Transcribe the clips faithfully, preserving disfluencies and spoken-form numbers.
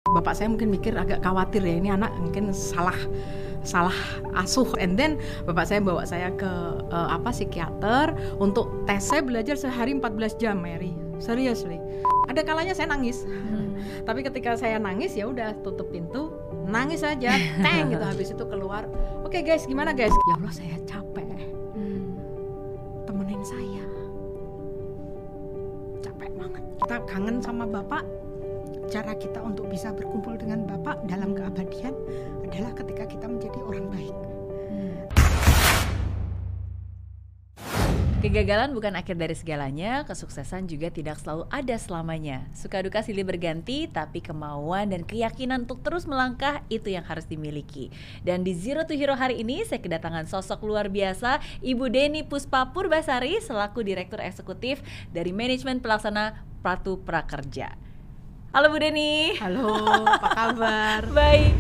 Bapak saya mungkin mikir agak khawatir ya, ini anak mungkin salah salah asuh, and then bapak saya bawa saya ke uh, apa psikiater untuk tes. Saya belajar sehari empat belas jam, Mary, seriously. Ada kalanya saya nangis, hmm. tapi ketika saya nangis ya udah tutup pintu, nangis aja, teng gitu. Habis itu keluar, oke okay, guys, gimana guys? Ya Allah, saya capek, hmm. temenin saya, capek banget. Kita kangen sama bapak. Cara kita untuk bisa berkumpul dengan Bapak dalam keabadian adalah ketika kita menjadi orang baik. Hmm. Kegagalan bukan akhir dari segalanya, kesuksesan juga tidak selalu ada selamanya. Suka duka silih berganti, tapi kemauan dan keyakinan untuk terus melangkah itu yang harus dimiliki. Dan di Zero to Hero hari ini, saya kedatangan sosok luar biasa, Ibu Deni Puspa Purbasari, selaku Direktur Eksekutif dari Manajemen Pelaksana Pratu Prakerja. Halo Bu Deni. Halo, apa kabar? Baik.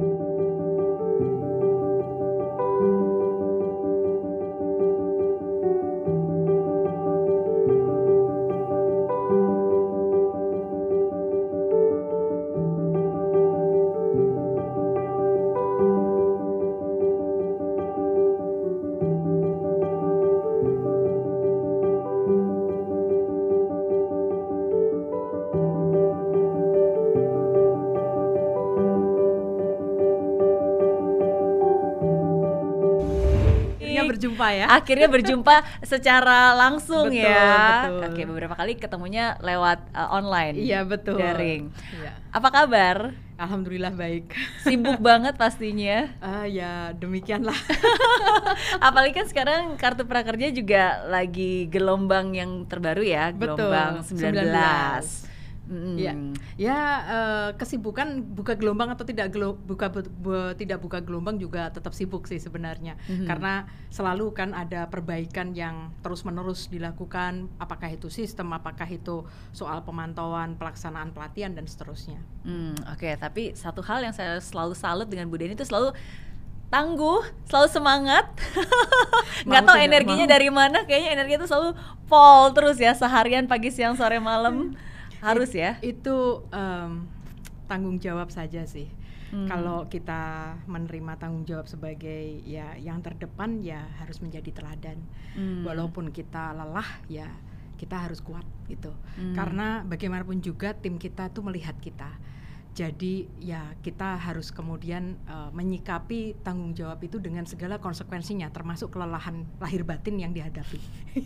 Berjumpa ya. Akhirnya berjumpa secara langsung. Betul, ya. Betul. Oke, beberapa kali ketemunya lewat uh, online. Iya, betul. Daring. Iya. Apa kabar? Alhamdulillah baik. Sibuk banget pastinya. Ah uh, ya demikianlah. Apalagi kan sekarang Kartu Prakerja juga lagi gelombang yang terbaru ya, gelombang betul. sembilan belas. Mm. Ya, ya uh, kesibukan buka gelombang atau tidak gelo, buka bu, bu, tidak buka gelombang juga tetap sibuk sih sebenarnya, mm-hmm. karena selalu kan ada perbaikan yang terus menerus dilakukan, apakah itu sistem, apakah itu soal pemantauan, pelaksanaan pelatihan dan seterusnya. Mm, Oke, okay. Tapi satu hal yang saya selalu salut dengan Bu Deni itu selalu tangguh, selalu semangat. Nggak tahu energinya mau. Dari mana, kayaknya energinya itu selalu pol terus ya, seharian pagi siang sore malam. Harus ya. Itu um, tanggung jawab saja sih. Hmm. Kalau kita menerima tanggung jawab sebagai ya yang terdepan, ya harus menjadi teladan. Hmm. Walaupun kita lelah, ya kita harus kuat gitu. Hmm. Karena bagaimanapun juga tim kita tuh melihat kita. Jadi ya kita harus kemudian uh, menyikapi tanggung jawab itu dengan segala konsekuensinya, termasuk kelelahan lahir batin yang dihadapi.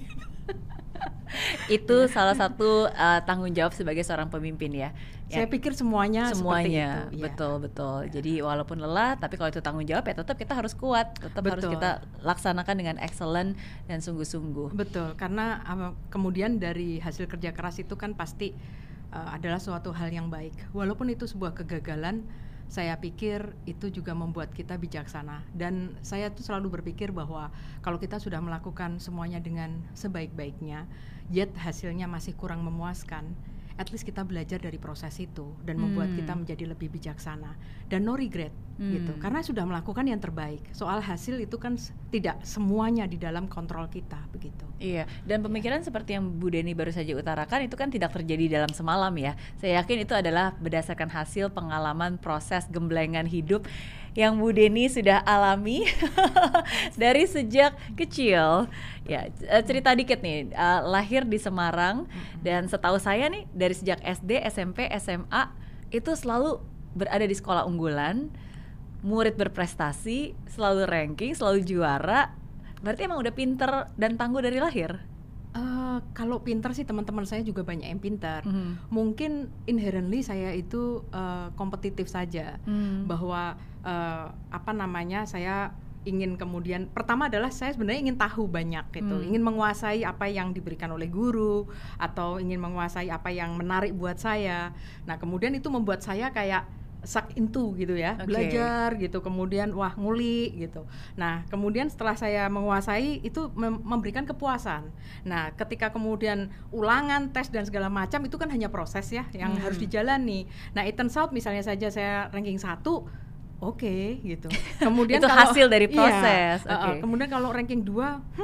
Itu salah satu uh, tanggung jawab sebagai seorang pemimpin ya. Saya ya, pikir semuanya semuanya seperti itu. Betul ya. betul. Ya. Jadi walaupun lelah, tapi kalau itu tanggung jawab ya tetap kita harus kuat, tetap betul. harus kita laksanakan dengan excellent dan sungguh-sungguh. Betul, karena um, kemudian dari hasil kerja keras itu kan pasti uh, adalah suatu hal yang baik. Walaupun itu sebuah kegagalan, saya pikir itu juga membuat kita bijaksana. Dan saya tuh selalu berpikir bahwa kalau kita sudah melakukan semuanya dengan sebaik-baiknya, yet hasilnya masih kurang memuaskan, at least kita belajar dari proses itu dan hmm. membuat kita menjadi lebih bijaksana dan no regret hmm. gitu, karena sudah melakukan yang terbaik. Soal hasil itu kan tidak semuanya di dalam kontrol kita begitu. Iya, dan pemikiran ya. Seperti yang Bu Deni baru saja utarakan itu kan tidak terjadi dalam semalam ya. Saya yakin itu adalah berdasarkan hasil pengalaman proses gemblengan hidup yang Bu Deni sudah alami dari sejak kecil. Ya, cerita dikit nih, uh, lahir di Semarang mm-hmm. dan setahu saya nih dari sejak S D, S M P, S M A itu selalu berada di sekolah unggulan, murid berprestasi, selalu ranking, selalu juara. Berarti emang udah pinter dan tangguh dari lahir? Uh, kalau pintar sih teman-teman saya juga banyak yang pintar. Mm. Mungkin inherently saya itu uh, kompetitif saja, mm. bahwa uh, apa namanya saya ingin kemudian pertama adalah saya sebenarnya ingin tahu banyak gitu, mm. ingin menguasai apa yang diberikan oleh guru atau ingin menguasai apa yang menarik buat saya. Nah kemudian itu membuat saya kayak suck into gitu ya, okay. belajar gitu, kemudian wah ngulik gitu. Nah kemudian setelah saya menguasai itu mem- memberikan kepuasan. Nah ketika kemudian ulangan, tes dan segala macam itu kan hanya proses ya yang hmm. harus dijalani. Nah it turns out misalnya saja saya ranking satu, oke okay, gitu. Kemudian itu kalau, hasil dari proses. Iya, okay. uh, kemudian kalau ranking dua, hmm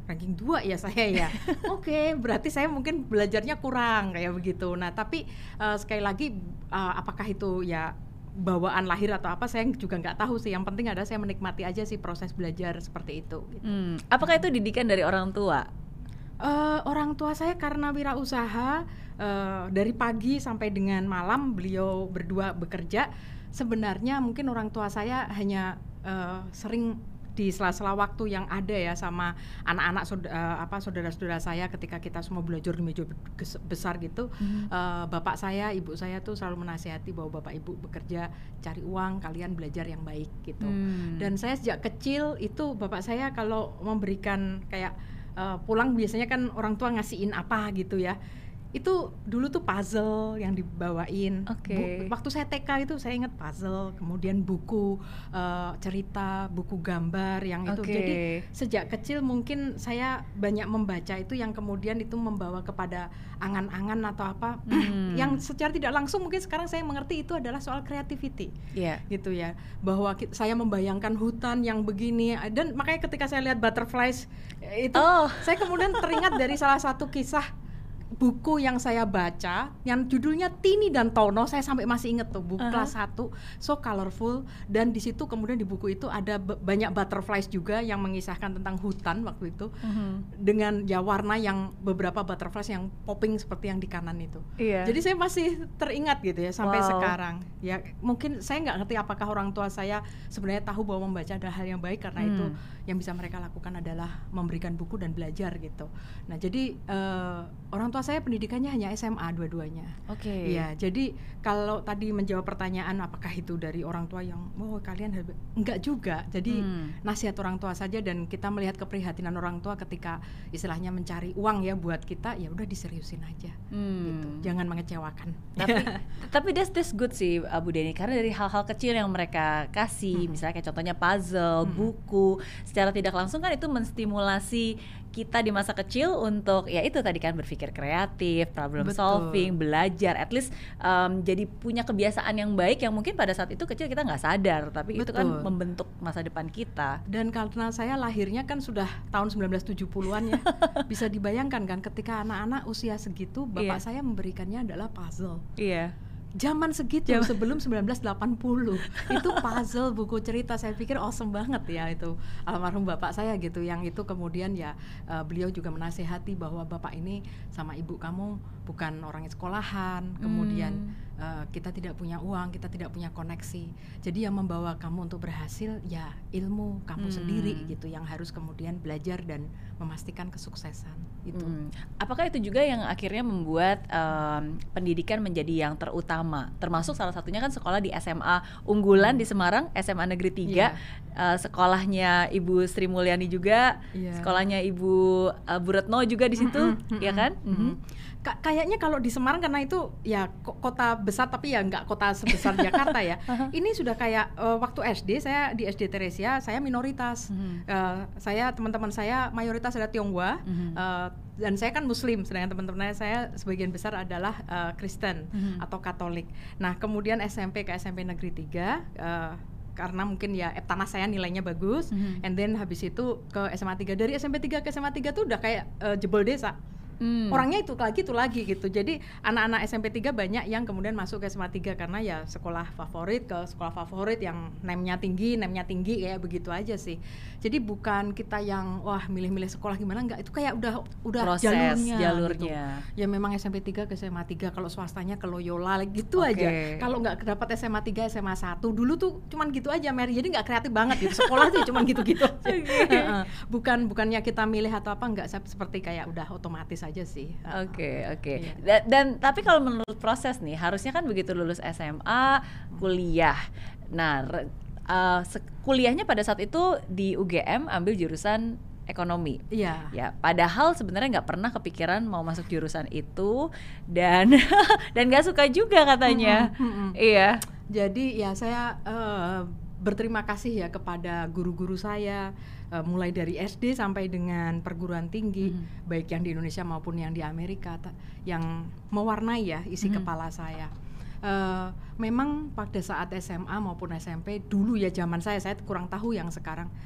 ranking dua ya saya ya. Oke, okay, berarti saya mungkin belajarnya kurang kayak begitu. Nah, tapi uh, sekali lagi uh, apakah itu ya bawaan lahir atau apa saya juga nggak tahu sih. Yang penting adalah saya menikmati aja sih proses belajar seperti itu. Gitu. Hmm, apakah itu didikan dari orang tua? Uh, orang tua saya karena wirausaha uh, dari pagi sampai dengan malam beliau berdua bekerja. Sebenarnya mungkin orang tua saya hanya uh, sering di sela-sela waktu yang ada ya sama anak-anak uh, apa saudara-saudara saya ketika kita semua belajar di meja besar gitu, hmm. uh, bapak saya, ibu saya tuh selalu menasihati bahwa bapak ibu bekerja cari uang, kalian belajar yang baik gitu. Hmm. Dan saya sejak kecil itu bapak saya kalau memberikan kayak uh, pulang biasanya kan orang tua ngasihin apa gitu ya. Itu dulu tuh puzzle yang dibawain. Okay. Bu, waktu saya T K itu saya ingat puzzle, kemudian buku uh, cerita, buku gambar yang itu. Okay. Jadi sejak kecil mungkin saya banyak membaca itu yang kemudian itu membawa kepada angan-angan atau apa hmm. yang secara tidak langsung mungkin sekarang saya mengerti itu adalah soal creativity. Yeah. Gitu ya. Bahwa kita, saya membayangkan hutan yang begini dan makanya ketika saya lihat butterflies itu oh. saya kemudian teringat dari salah satu kisah buku yang saya baca yang judulnya Tini dan Tono, saya sampai masih inget tuh buku uh-huh. kelas satu, so colorful, dan di situ kemudian di buku itu ada b- banyak butterflies juga yang mengisahkan tentang hutan waktu itu uh-huh. dengan ya warna yang beberapa butterflies yang popping seperti yang di kanan itu. Yeah. Jadi saya masih teringat gitu ya sampai wow. sekarang. Ya mungkin saya nggak ngerti apakah orang tua saya sebenarnya tahu bahwa membaca adalah hal yang baik karena hmm. itu yang bisa mereka lakukan adalah memberikan buku dan belajar gitu. Nah jadi uh, orang tua saya pendidikannya hanya S M A dua-duanya. Oke. Okay. Ya, jadi kalau tadi menjawab pertanyaan apakah itu dari orang tua yang oh kalian harus, enggak juga. Jadi hmm. nasihat orang tua saja dan kita melihat keprihatinan orang tua ketika istilahnya mencari uang ya buat kita, ya udah diseriusin aja. Hmm. Gitu. Jangan mengecewakan. Tapi tapi that's that's good sih Bu Deni, karena dari hal-hal kecil yang mereka kasih, hmm. misalnya kayak contohnya puzzle, hmm. buku, secara tidak langsung kan itu menstimulasi kita di masa kecil untuk ya itu tadi kan berpikir kreatif, problem Betul. solving, belajar, at least um, jadi punya kebiasaan yang baik yang mungkin pada saat itu kecil kita nggak sadar, tapi Betul. itu kan membentuk masa depan kita. Dan karena saya lahirnya kan sudah tahun sembilan belas tujuh puluhan ya, bisa dibayangkan kan ketika anak-anak usia segitu bapak yeah. saya memberikannya adalah puzzle. Iya. Yeah. Zaman segitu, Jaman. sebelum sembilan belas delapan puluh itu puzzle, buku cerita, saya pikir awesome banget ya itu almarhum bapak saya gitu, yang itu kemudian ya uh, beliau juga menasehati bahwa bapak ini sama ibu kamu bukan orang sekolahan, kemudian hmm. uh, kita tidak punya uang, kita tidak punya koneksi, jadi yang membawa kamu untuk berhasil ya ilmu kamu hmm. sendiri gitu, yang harus kemudian belajar dan memastikan kesuksesan itu. Hmm. Apakah itu juga yang akhirnya membuat um, pendidikan menjadi yang terutama, termasuk salah satunya kan sekolah di S M A unggulan hmm. di Semarang, S M A Negeri tiga, yeah. uh, sekolahnya Ibu Sri Mulyani juga, yeah. sekolahnya Ibu uh, Bu Retno juga di situ, mm-hmm, ya kan? Mm-hmm. Mm-hmm. Ka- kayaknya kalau di Semarang karena itu ya kota besar tapi ya nggak kota sebesar Jakarta ya. Uh-huh. Ini sudah kayak uh, waktu S D, saya di S D Teresia saya minoritas, uh-huh. uh, saya teman-teman saya mayoritas adalah Tionghoa, uh-huh. uh, dan saya kan Muslim, sedangkan teman-teman saya sebagian besar adalah uh, Kristen uh-huh. atau Katolik. Nah kemudian S M P ke S M P Negeri tiga. Uh, karena mungkin ya tanah saya nilainya bagus, uh-huh. and then habis itu ke S M A tiga, dari S M P tiga ke S M A tiga tuh udah kayak uh, jebol desa. Hmm. Orangnya itu lagi itu lagi gitu. Jadi anak-anak S M P tiga banyak yang kemudian masuk ke S M A tiga karena ya sekolah favorit ke sekolah favorit yang name-nya tinggi, name-nya tinggi kayak begitu aja sih. Jadi bukan kita yang wah milih-milih sekolah gimana, enggak, itu kayak udah udah proses jalurnya, jalurnya. Gitu. Ya memang S M P tiga ke S M A tiga, kalau swastanya ke Loyola gitu okay. aja. Kalau enggak dapat S M A tiga, S M A satu dulu tuh cuman gitu aja Mary. Jadi enggak kreatif banget gitu. Sekolah tuh cuman gitu-gitu. Okay. Bukan bukannya kita milih atau apa, enggak, seperti kayak udah otomatis aja sih. Oke okay, oke. Okay. Iya. Dan, dan tapi kalau menurut proses nih, harusnya kan begitu lulus S M A, kuliah. Nah, re, uh, se- kuliahnya pada saat itu di U G M ambil jurusan ekonomi. Iya. Ya, padahal sebenarnya nggak pernah kepikiran mau masuk jurusan itu dan dan nggak suka juga katanya. Mm-hmm, mm-hmm. Iya. Jadi ya saya uh, berterima kasih ya kepada guru-guru saya, uh, mulai dari S D sampai dengan perguruan tinggi, hmm. baik yang di Indonesia maupun yang di Amerika, ta- yang mewarnai ya isi hmm. kepala saya. Uh, memang pada saat S M A maupun S M P dulu ya zaman saya, saya kurang tahu yang sekarang,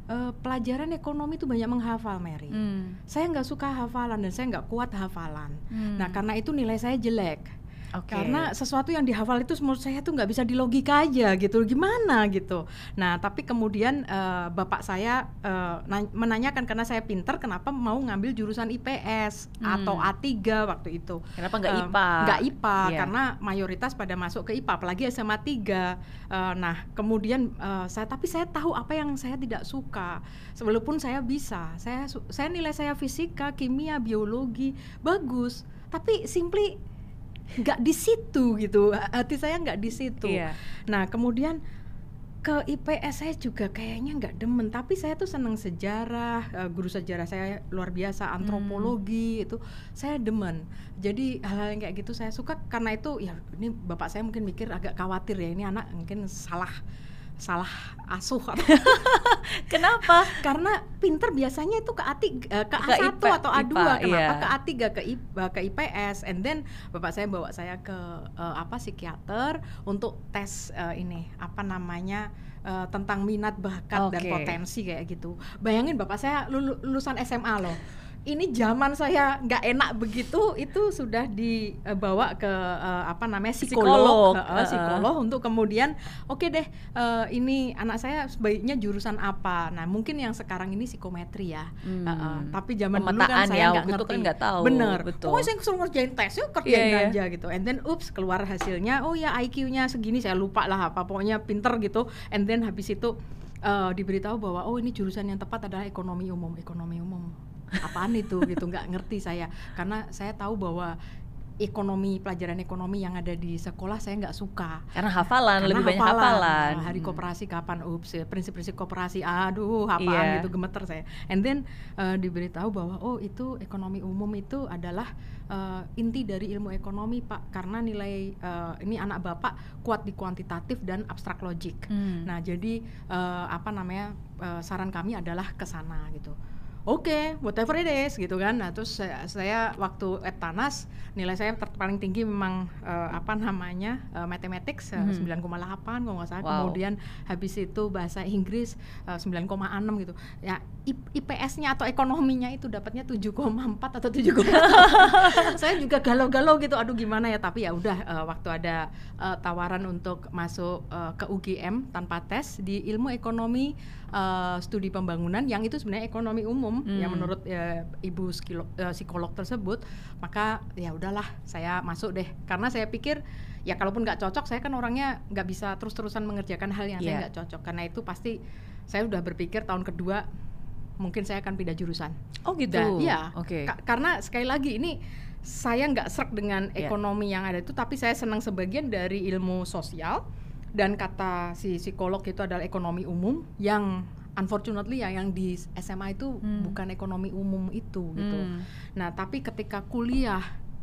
uh, pelajaran ekonomi itu banyak menghafal, Mary. Hmm. Saya nggak suka hafalan dan saya nggak kuat hafalan. Hmm. Nah karena itu nilai saya jelek. Okay. Karena sesuatu yang dihafal itu menurut saya tuh nggak bisa dilogika aja gitu, gimana gitu. Nah tapi kemudian uh, bapak saya uh, menanyakan karena saya pintar, kenapa mau ngambil jurusan I P S hmm. atau A tiga waktu itu. Kenapa nggak I P A? Nggak uh, I P A, yeah. Karena mayoritas pada masuk ke I P A, apalagi S M A tiga. Uh, nah kemudian uh, saya, tapi saya tahu apa yang saya tidak suka. Walaupun saya bisa, saya, saya nilai saya fisika, kimia, biologi bagus, tapi simply nggak di situ gitu, hati saya nggak di situ. Iya. Nah kemudian ke I P S saya juga kayaknya nggak demen, tapi saya tuh seneng sejarah, uh, guru sejarah saya luar biasa, antropologi hmm. itu saya demen. Jadi hal-hal yang kayak gitu saya suka, karena itu ya ini bapak saya mungkin mikir agak khawatir ya, ini anak mungkin salah salah asuh. Kenapa? Karena pinter biasanya itu ke A tiga, ke A satu atau A dua, kenapa yeah. ke A tiga, ke I, ke I P S, and then bapak saya bawa saya ke uh, apa psikiater untuk tes uh, ini apa namanya uh, tentang minat, bakat, okay. dan potensi kayak gitu. Bayangin bapak saya lulu, lulusan S M A loh. Ini zaman saya nggak enak begitu, itu sudah dibawa ke uh, apa namanya psikolog, psikolog, uh, psikolog uh. untuk kemudian oke okay deh, uh, ini anak saya sebaiknya jurusan apa. Nah mungkin yang sekarang ini psikometri ya, hmm. uh, uh, tapi zaman dulu kan saya nggak ya, ngerti, kan nggak tahu. Bener, oh saya suruh ngerjain tes, yuk kerjain yeah, aja yeah. gitu. And then ups keluar hasilnya, oh ya I Q-nya segini, saya lupa lah apa, pokoknya pinter gitu. And then habis itu uh, diberitahu bahwa oh ini jurusan yang tepat adalah ekonomi umum, ekonomi umum. Apaan itu gitu, nggak ngerti saya, karena saya tahu bahwa ekonomi, pelajaran ekonomi yang ada di sekolah saya nggak suka karena hafalan, karena lebih banyak hafalan, hafalan. Nah, hari koperasi kapan, ups ya, prinsip-prinsip koperasi, aduh apaan yeah. gitu, gemeter saya. And then uh, diberitahu bahwa oh itu ekonomi umum itu adalah uh, inti dari ilmu ekonomi Pak, karena nilai uh, ini anak Bapak kuat di kuantitatif dan abstrak logik. hmm. Nah jadi uh, apa namanya uh, saran kami adalah ke sana gitu. Oke, okay, whatever it is gitu kan. Nah terus saya, saya waktu Eptanas nilai saya ter- paling tinggi memang uh, apa namanya uh, mathematics uh, mm-hmm. sembilan koma delapan kalau nggak salah. Wow. Kemudian habis itu bahasa Inggris uh, sembilan koma enam gitu. Ya I P S-nya atau ekonominya itu dapatnya tujuh koma empat atau tujuh koma delapan. Saya juga galau-galau gitu. Aduh gimana ya, tapi ya udah uh, waktu ada uh, tawaran untuk masuk uh, ke U G M tanpa tes di ilmu ekonomi uh, studi pembangunan yang itu sebenarnya ekonomi umum. Hmm. Yang menurut ya, ibu psikolog, uh, psikolog tersebut, maka ya udahlah saya masuk deh, karena saya pikir ya kalaupun nggak cocok, saya kan orangnya nggak bisa terus-terusan mengerjakan hal yang yeah. saya nggak cocok, karena itu pasti saya udah berpikir tahun kedua mungkin saya akan pindah jurusan. Oh gitu. Iya. Oke. Okay. Ka- karena sekali lagi ini saya nggak srek dengan yeah. ekonomi yang ada itu, tapi saya senang sebagian dari ilmu sosial, dan kata si psikolog itu adalah ekonomi umum yang unfortunately ya yang di S M A itu hmm. bukan ekonomi umum itu gitu. Hmm. Nah, tapi ketika kuliah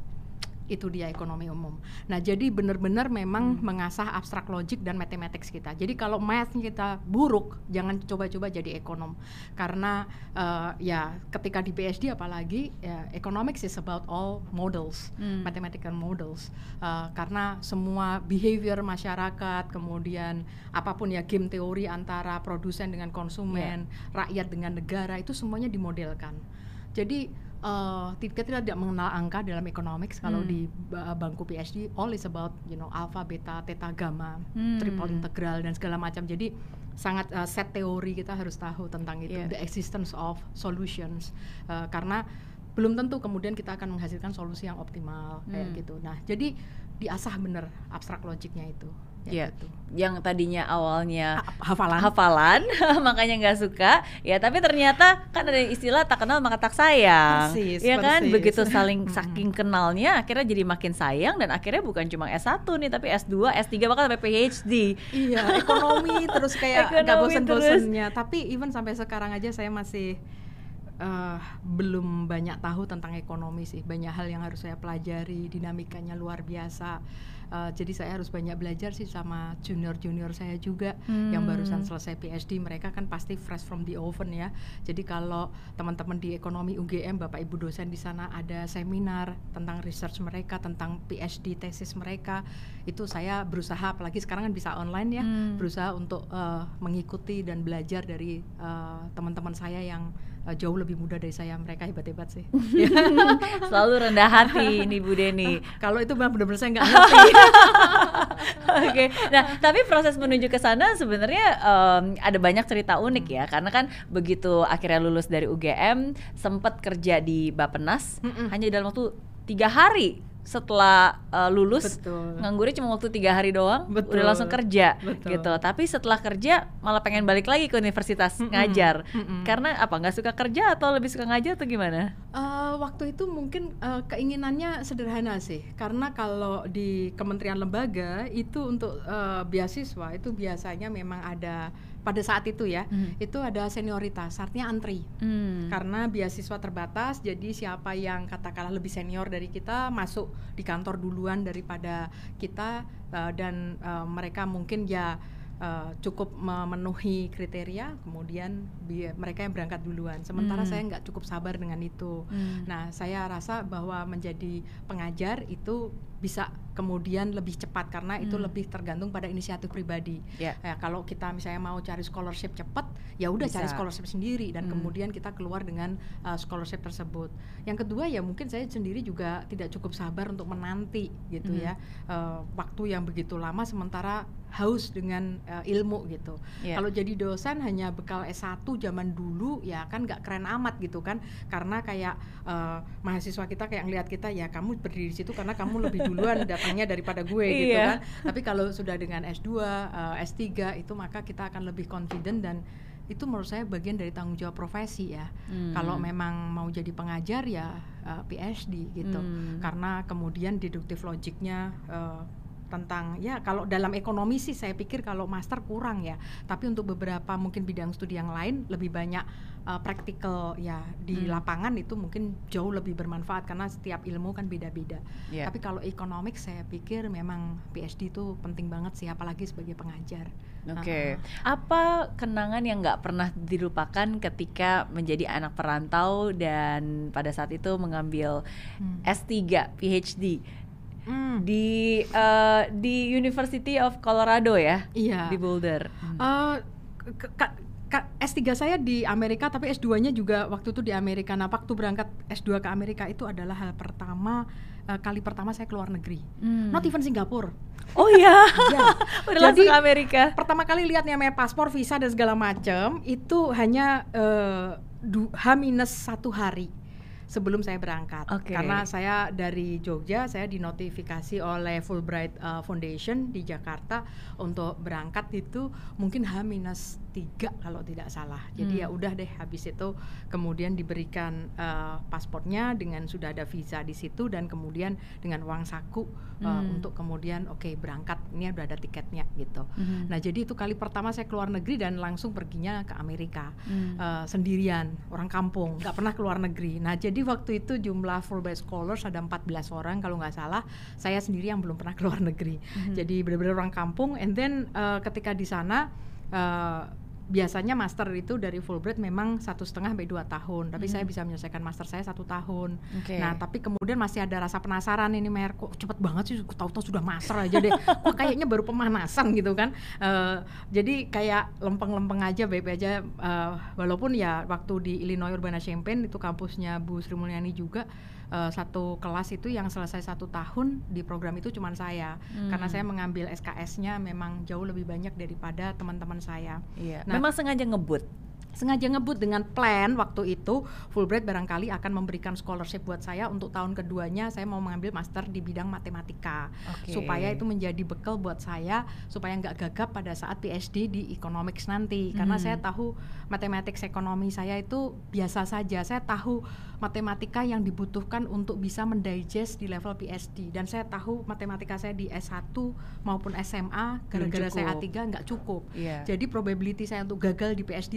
itu dia ekonomi umum. Nah, jadi benar-benar memang hmm. mengasah abstrak logik dan mathematics kita. Jadi kalau math kita buruk, jangan coba-coba jadi ekonom. Karena uh, ya ketika di P H D apalagi ya, economics is about all models, hmm. mathematical models. Uh, karena semua behavior masyarakat, kemudian apapun ya game teori antara produsen dengan konsumen, yeah. rakyat dengan negara, itu semuanya dimodelkan. Jadi Uh, kita tidak mengenal angka dalam economics. Kalau hmm. di uh, bangku P H D, all is about you know alpha, beta, theta, gamma, hmm. triple integral dan segala macam. Jadi sangat uh, set teori kita harus tahu tentang itu, yeah. the existence of solutions. Uh, karena belum tentu kemudian kita akan menghasilkan solusi yang optimal hmm. kayak gitu. Nah, jadi diasah bener abstrak logiknya itu. Ya, gitu. Yang tadinya awalnya ha- hafalan, hafalan makanya nggak suka, ya tapi ternyata kan ada istilah tak kenal maka tak sayang, persis, ya kan, persis. Begitu saling saking kenalnya akhirnya jadi makin sayang, dan akhirnya bukan cuma S satu nih tapi S dua, S tiga bahkan sampai P H D. Iya, ekonomi terus kayak nggak bosan-bosannya. Tapi even sampai sekarang aja saya masih uh, belum banyak tahu tentang ekonomi sih. Banyak hal yang harus saya pelajari, dinamikanya luar biasa. Uh, jadi saya harus banyak belajar sih sama junior-junior saya juga hmm. yang barusan selesai P H D. Mereka kan pasti fresh from the oven ya. Jadi kalau teman-teman di ekonomi U G M, Bapak Ibu dosen di sana ada seminar tentang research mereka, tentang P H D tesis mereka, itu saya berusaha, apalagi sekarang kan bisa online ya, hmm. berusaha untuk uh, mengikuti dan belajar dari uh, teman-teman saya yang uh, jauh lebih muda dari saya. Mereka hebat-hebat sih. Selalu rendah hati nih Bu Denny. Kalau itu memang benar-benar saya nggak ngerti. Oke, okay. Nah tapi proses menuju ke sana sebenarnya um, ada banyak cerita unik ya, karena kan begitu akhirnya lulus dari U G M sempat kerja di Bappenas Mm-mm. hanya dalam waktu tiga hari setelah uh, lulus. Betul. Nganggurnya cuma waktu tiga hari doang. Betul. Udah langsung kerja. Betul. Gitu. Tapi setelah kerja malah pengen balik lagi ke universitas Mm-mm. ngajar. Mm-mm. Karena apa? Nggak suka kerja atau lebih suka ngajar atau gimana? Uh, waktu itu mungkin uh, keinginannya sederhana sih. Karena kalau di kementerian lembaga itu untuk uh, beasiswa itu biasanya memang ada, pada saat itu ya, hmm. itu ada senioritas, artinya antri. Hmm. Karena beasiswa terbatas, jadi siapa yang katakanlah lebih senior dari kita masuk di kantor duluan daripada kita, uh, dan uh, mereka mungkin ya uh, cukup memenuhi kriteria, kemudian bi- mereka yang berangkat duluan. Sementara hmm. saya nggak cukup sabar dengan itu. Hmm. Nah, saya rasa bahwa menjadi pengajar itu bisa kemudian lebih cepat karena itu hmm. lebih tergantung pada inisiatif pribadi. Yeah. Ya, kalau kita misalnya mau cari scholarship cepat, ya udah cari scholarship sendiri dan hmm. kemudian kita keluar dengan uh, scholarship tersebut. Yang kedua ya mungkin saya sendiri juga tidak cukup sabar untuk menanti gitu hmm. ya uh, waktu yang begitu lama sementara haus dengan uh, ilmu gitu. Yeah. Kalau jadi dosen hanya bekal S satu zaman dulu ya kan nggak keren amat gitu kan, karena kayak uh, mahasiswa kita kayak ngelihat kita ya kamu berdiri di situ karena kamu lebih duluan datangnya daripada gue gitu kan. Tapi kalau sudah dengan S dua, uh, S tiga itu maka kita akan lebih confident dan itu menurut saya bagian dari tanggung jawab profesi ya. Hmm. Kalau memang mau jadi pengajar ya uh, P H D gitu. Hmm. Karena kemudian deductive logiknya uh, tentang ya kalau dalam ekonomi sih saya pikir kalau master kurang ya, tapi untuk beberapa mungkin bidang studi yang lain lebih banyak uh, praktikal ya di hmm. lapangan itu mungkin jauh lebih bermanfaat karena setiap ilmu kan beda-beda. Yeah. Tapi kalau ekonomik saya pikir memang P H D itu penting banget sih, apalagi sebagai pengajar. Oke, okay. uh-huh. Apa kenangan yang nggak pernah dilupakan ketika menjadi anak perantau dan pada saat itu mengambil hmm. S tiga P H D? Mm. di uh, di University of Colorado ya, iya. di Boulder. Uh, k- k- k- S tiga saya di Amerika, tapi S dua-nya juga waktu itu di Amerika. Nah, waktu berangkat S dua ke Amerika itu adalah hal pertama, uh, kali pertama saya keluar negeri. Mm. Not even Singapura. Oh iya, ya. Udah langsung ke Amerika. Pertama kali lihat namanya paspor, visa dan segala macam itu hanya uh, du- H minus satu hari sebelum saya berangkat. Okay. Karena saya dari Jogja, saya dinotifikasi oleh Fulbright uh, Foundation di Jakarta untuk berangkat itu mungkin H minus tiga kalau tidak salah. Jadi hmm. ya udah deh, habis itu kemudian diberikan uh, paspornya dengan sudah ada visa di situ dan kemudian dengan uang saku uh, hmm. untuk kemudian oke okay, berangkat, ini udah ada tiketnya gitu. Hmm. Nah, jadi itu kali pertama saya keluar negeri dan langsung perginya ke Amerika hmm. uh, sendirian, orang kampung, nggak pernah keluar negeri. Nah, jadi waktu itu jumlah Fulbright Scholars ada empat belas orang kalau nggak salah, saya sendiri yang belum pernah keluar negeri. Hmm. Jadi benar-benar orang kampung. And then uh, ketika di sana uh, biasanya master itu dari Fulbright memang satu setengah sampai dua tahun, tapi hmm. saya bisa menyelesaikan master saya satu tahun. Okay. Nah, tapi kemudian masih ada rasa penasaran, ini Mer, kok cepet banget sih, tahu-tahu sudah master aja deh. Kok kayaknya baru pemanasan gitu kan. Uh, jadi kayak lempeng-lempeng aja, baik-baik aja. Uh, walaupun ya waktu di Illinois Urbana-Champaign itu kampusnya Bu Sri Mulyani juga. Uh, satu kelas itu yang selesai satu tahun di program itu cuma saya, hmm. karena saya mengambil S K S-nya memang jauh lebih banyak daripada teman-teman saya. Iya. Nah, memang sengaja ngebut. Sengaja ngebut dengan plan waktu itu Fulbright barangkali akan memberikan scholarship buat saya untuk tahun keduanya saya mau mengambil master di bidang matematika, okay. supaya itu menjadi bekal buat saya supaya nggak gagap pada saat P H D di economics nanti, hmm. karena saya tahu matematik ekonomi saya itu biasa saja. Saya tahu matematika yang dibutuhkan untuk bisa mendigest di level P H D, dan saya tahu matematika saya di S satu maupun S M A gara-gara saya A tiga nggak cukup. Yeah. Jadi probability saya untuk gagal di P H D itu akan besar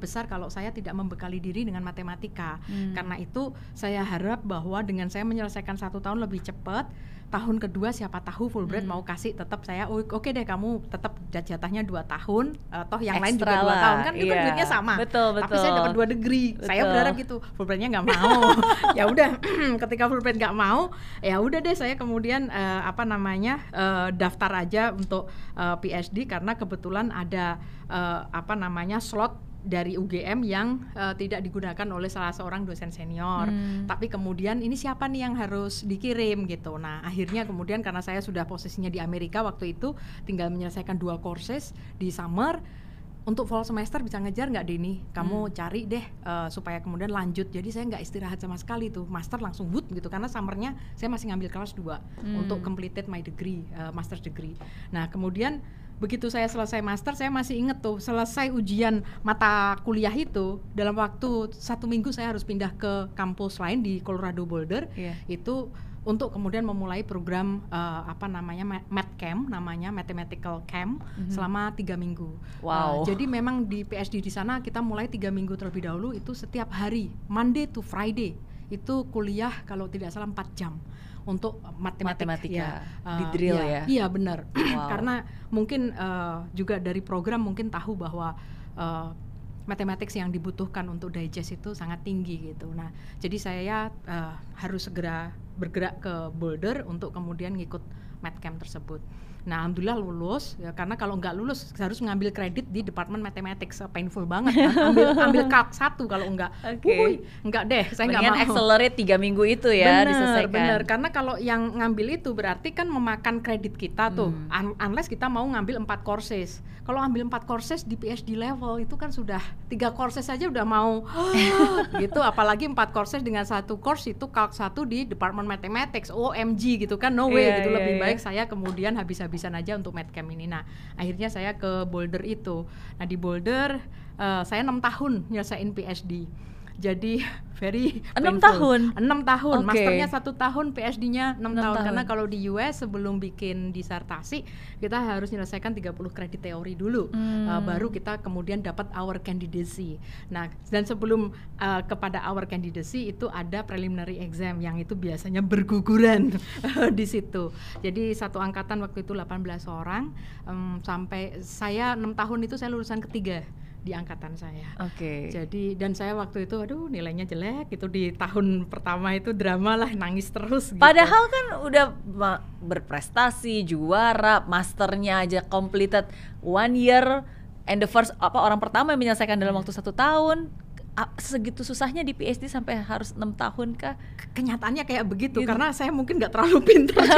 besar kalau saya tidak membekali diri dengan matematika. Hmm. Karena itu saya harap bahwa dengan saya menyelesaikan satu tahun lebih cepat, tahun kedua siapa tahu Fulbright hmm. mau kasih tetap saya oke okay deh kamu tetap jatahnya dua tahun, uh, toh yang Extra lain juga dua lah. tahun kan itu Iya. kan duitnya sama. Betul, betul. Tapi saya dapat dua degree. Betul. Saya berharap gitu. Fulbrightnya nggak mau. Ya udah, ketika Fulbright nggak mau, ya udah deh saya kemudian uh, apa namanya uh, daftar aja untuk uh, P H D karena kebetulan ada uh, apa namanya slot dari U G M yang uh, tidak digunakan oleh salah seorang dosen senior. Hmm. Tapi kemudian ini siapa nih yang harus dikirim gitu. Nah akhirnya kemudian karena saya sudah posisinya di Amerika waktu itu, tinggal menyelesaikan dua courses di summer. Untuk fall semester bisa ngejar nggak Deni? Kamu hmm. cari deh uh, supaya kemudian lanjut. Jadi saya nggak istirahat sama sekali tuh, master langsung boot gitu. Karena summernya saya masih ngambil kelas dua hmm. untuk completed my degree, uh, master's degree. Nah kemudian begitu saya selesai master, saya masih inget tuh selesai ujian mata kuliah itu dalam waktu satu minggu saya harus pindah ke kampus lain di Colorado Boulder. Yeah. Itu untuk kemudian memulai program uh, apa namanya Math Camp, namanya Mathematical Camp mm-hmm. selama tiga minggu. Wow. Uh, jadi memang di P H D di sana kita mulai tiga minggu terlebih dahulu itu setiap hari Monday to Friday itu kuliah kalau tidak salah empat jam. Untuk matematik, matematika ya, uh, di drill ya, ya. Iya benar. Wow. Karena mungkin uh, juga dari program mungkin tahu bahwa uh, mathematics yang dibutuhkan untuk digest itu sangat tinggi gitu. Nah, jadi saya uh, harus segera bergerak ke Boulder untuk kemudian ngikut Math Camp tersebut. Nah, alhamdulillah lulus ya, karena kalau nggak lulus harus ngambil kredit di Department Mathematics, painful banget kan. Ambil ambil calc satu kalau enggak. Okay. Enggak deh, saya nggak mau. Accelerate tiga minggu itu ya bener, diselesaikan. Bener, karena kalau yang ngambil itu berarti kan memakan kredit kita tuh, hmm. un- unless kita mau ngambil empat courses. Kalau ambil empat courses di P H D level itu kan sudah tiga courses saja udah mau gitu, apalagi empat courses dengan satu course itu calc satu di Department Mathematics, O M G gitu kan, no way yeah, gitu. Yeah, lebih yeah. baik saya kemudian habis-habisan aja untuk Math Camp ini. Nah, akhirnya saya ke Boulder itu. Nah, di Boulder uh, saya enam tahun nyelesain P H D. Jadi very enam tahun. enam tahun. Okay. Masternya satu tahun, P H D-nya enam tahun. tahun. Karena kalau di U S sebelum bikin disertasi kita harus menyelesaikan tiga puluh kredit teori dulu. Hmm. Uh, baru kita kemudian dapat our candidacy. Nah, dan sebelum uh, kepada our candidacy itu ada preliminary exam yang itu biasanya berguguran di situ. Jadi satu angkatan waktu itu delapan belas orang, um, sampai saya enam tahun itu saya lulusan ketiga di angkatan saya. Oke. Okay. Jadi dan saya waktu itu aduh nilainya jelek gitu di tahun pertama itu drama lah, nangis terus gitu. Padahal kan udah ma- berprestasi, juara, masternya aja completed one year and the first apa orang pertama yang menyelesaikan dalam waktu satu tahun. Segitu susahnya di P H D sampai harus enam tahun kah? Kenyataannya kayak begitu gitu. Karena saya mungkin nggak terlalu pintar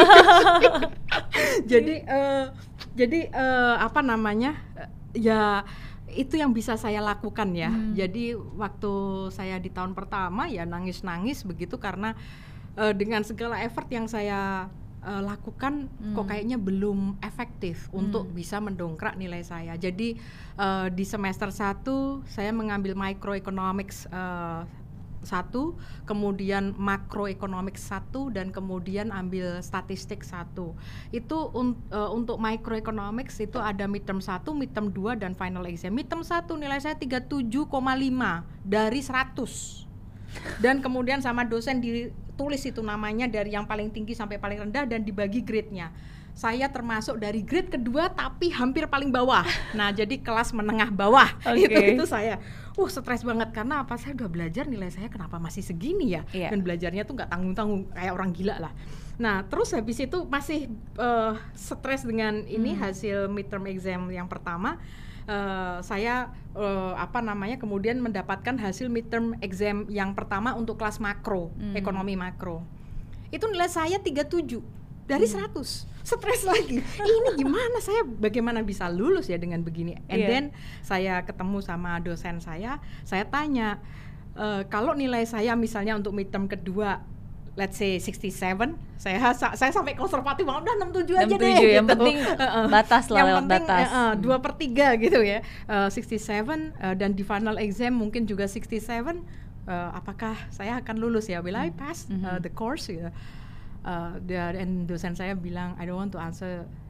jadi uh, jadi uh, apa namanya uh, ya itu yang bisa saya lakukan ya. Hmm. Jadi waktu saya di tahun pertama ya nangis-nangis begitu karena uh, dengan segala effort yang saya uh, lakukan hmm. kok kayaknya belum efektif hmm. untuk bisa mendongkrak nilai saya. Jadi uh, di semester satu saya mengambil microeconomics uh, satu, kemudian macroeconomics satu, dan kemudian ambil statistik satu. Itu un, uh, untuk microeconomics itu ada midterm satu, midterm dua, dan final exam. Midterm satu nilai saya tiga puluh tujuh koma lima dari seratus. Dan kemudian sama dosen ditulis itu namanya dari yang paling tinggi sampai paling rendah dan dibagi grade-nya. Saya termasuk dari grade kedua tapi hampir paling bawah. Nah, jadi kelas menengah bawah. Okay. Itu itu saya. Uh, stres banget karena apa? Saya udah belajar nilai saya kenapa masih segini ya? Yeah. Dan belajarnya tuh nggak tanggung-tanggung kayak orang gila lah. Nah, terus habis itu masih uh, stres dengan ini hmm. hasil midterm exam yang pertama. Uh, saya uh, apa namanya kemudian mendapatkan hasil midterm exam yang pertama untuk kelas makro, hmm. ekonomi makro. Itu nilai saya tiga puluh tujuh dari seratus. Stres lagi. Ini gimana saya bagaimana bisa lulus ya dengan begini? And yeah. then saya ketemu sama dosen saya, saya tanya e, kalau nilai saya misalnya untuk midterm kedua let's say sixty-seven, saya saya sampai konservatif banget, udah enam puluh tujuh aja deh gitu. Yang penting batas lah, lewat batas. Uh, dua per tiga gitu ya. Uh, sixty-seven uh, dan di final exam mungkin juga sixty-seven. Uh, apakah saya akan lulus ya? Will I pass uh, the course? Ya. Uh, dan dosen saya bilang I don't want to answer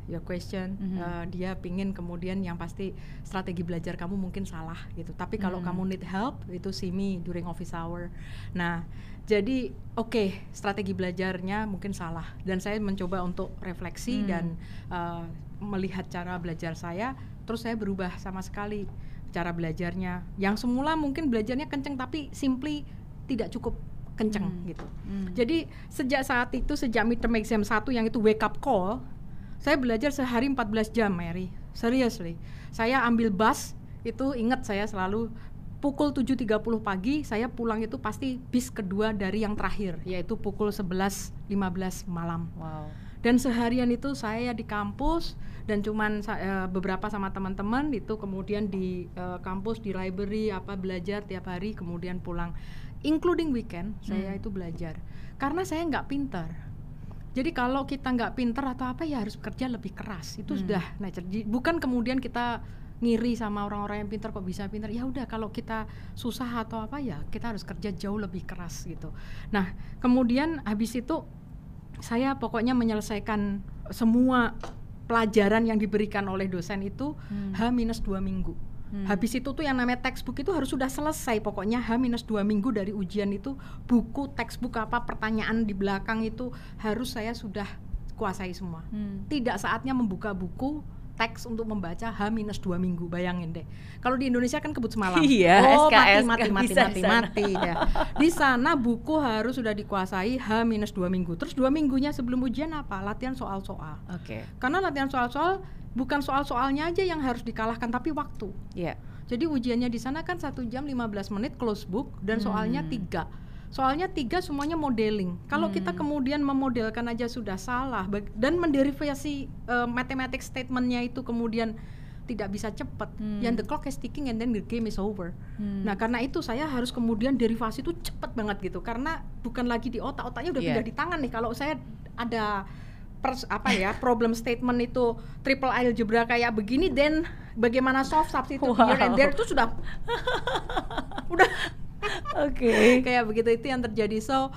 your question. Mm-hmm. Uh, dia pingin kemudian yang pasti strategi belajar kamu mungkin salah gitu. Tapi kalau mm-hmm. kamu need help, itu see me during office hour. Nah, jadi oke okay, strategi belajarnya mungkin salah. Dan saya mencoba untuk refleksi mm-hmm. dan uh, melihat cara belajar saya. Terus saya berubah sama sekali cara belajarnya. Yang semula mungkin belajarnya kenceng tapi simply tidak cukup kenceng hmm. gitu. Hmm. Jadi sejak saat itu, sejak midterm exam satu yang itu wake up call, saya belajar sehari empat belas jam, Mary. Seriously. Saya ambil bus, itu ingat saya selalu pukul tujuh tiga puluh pagi, saya pulang itu pasti bis kedua dari yang terakhir, yaitu pukul sebelas lima belas malam. Wow. Dan seharian itu saya di kampus dan cuman uh, beberapa sama teman-teman itu, kemudian di uh, kampus, di library apa belajar tiap hari, kemudian pulang, including weekend hmm. saya itu belajar karena saya nggak pintar. Jadi kalau kita nggak pintar atau apa ya harus kerja lebih keras, itu hmm. sudah nature. Bukan kemudian kita ngiri sama orang-orang yang pintar kok bisa pintar, ya udah kalau kita susah atau apa ya kita harus kerja jauh lebih keras gitu. Nah kemudian habis itu saya pokoknya menyelesaikan semua pelajaran yang diberikan oleh dosen itu hmm. H minus dua minggu. Hmm. Habis itu tuh yang namanya textbook itu harus sudah selesai, pokoknya H minus dua minggu dari ujian itu, buku, textbook apa, pertanyaan di belakang itu harus saya sudah kuasai semua. Hmm. Tidak saatnya membuka buku teks untuk membaca H minus dua minggu, bayangin deh. Kalau di Indonesia kan kebut semalam. Iya, oh, S K S mati mati mati mati mati ya. Di sana buku harus sudah dikuasai H minus dua minggu. Terus dua minggunya sebelum ujian apa? Latihan soal-soal. Oke. Okay. Karena latihan soal-soal bukan soal-soalnya aja yang harus dikalahkan, tapi waktu. Iya. Yeah. Jadi ujiannya di sana kan satu jam lima belas menit close book dan hmm. soalnya tiga. Soalnya tiga semuanya modeling. Kalau hmm. kita kemudian memodelkan aja sudah salah dan menderivasi uh, mathematics statementnya itu kemudian tidak bisa cepat, hmm. yang the clock is ticking and then the game is over. Hmm. Nah karena itu saya harus kemudian derivasi itu cepat banget gitu, karena bukan lagi di otak, otaknya udah yeah. pindah di tangan nih. Kalau saya ada pers, apa ya problem statement itu triple algebra kayak begini, then bagaimana solve substitute wow. here and there itu sudah udah Oke. Okay. Kayak begitu, itu yang terjadi. So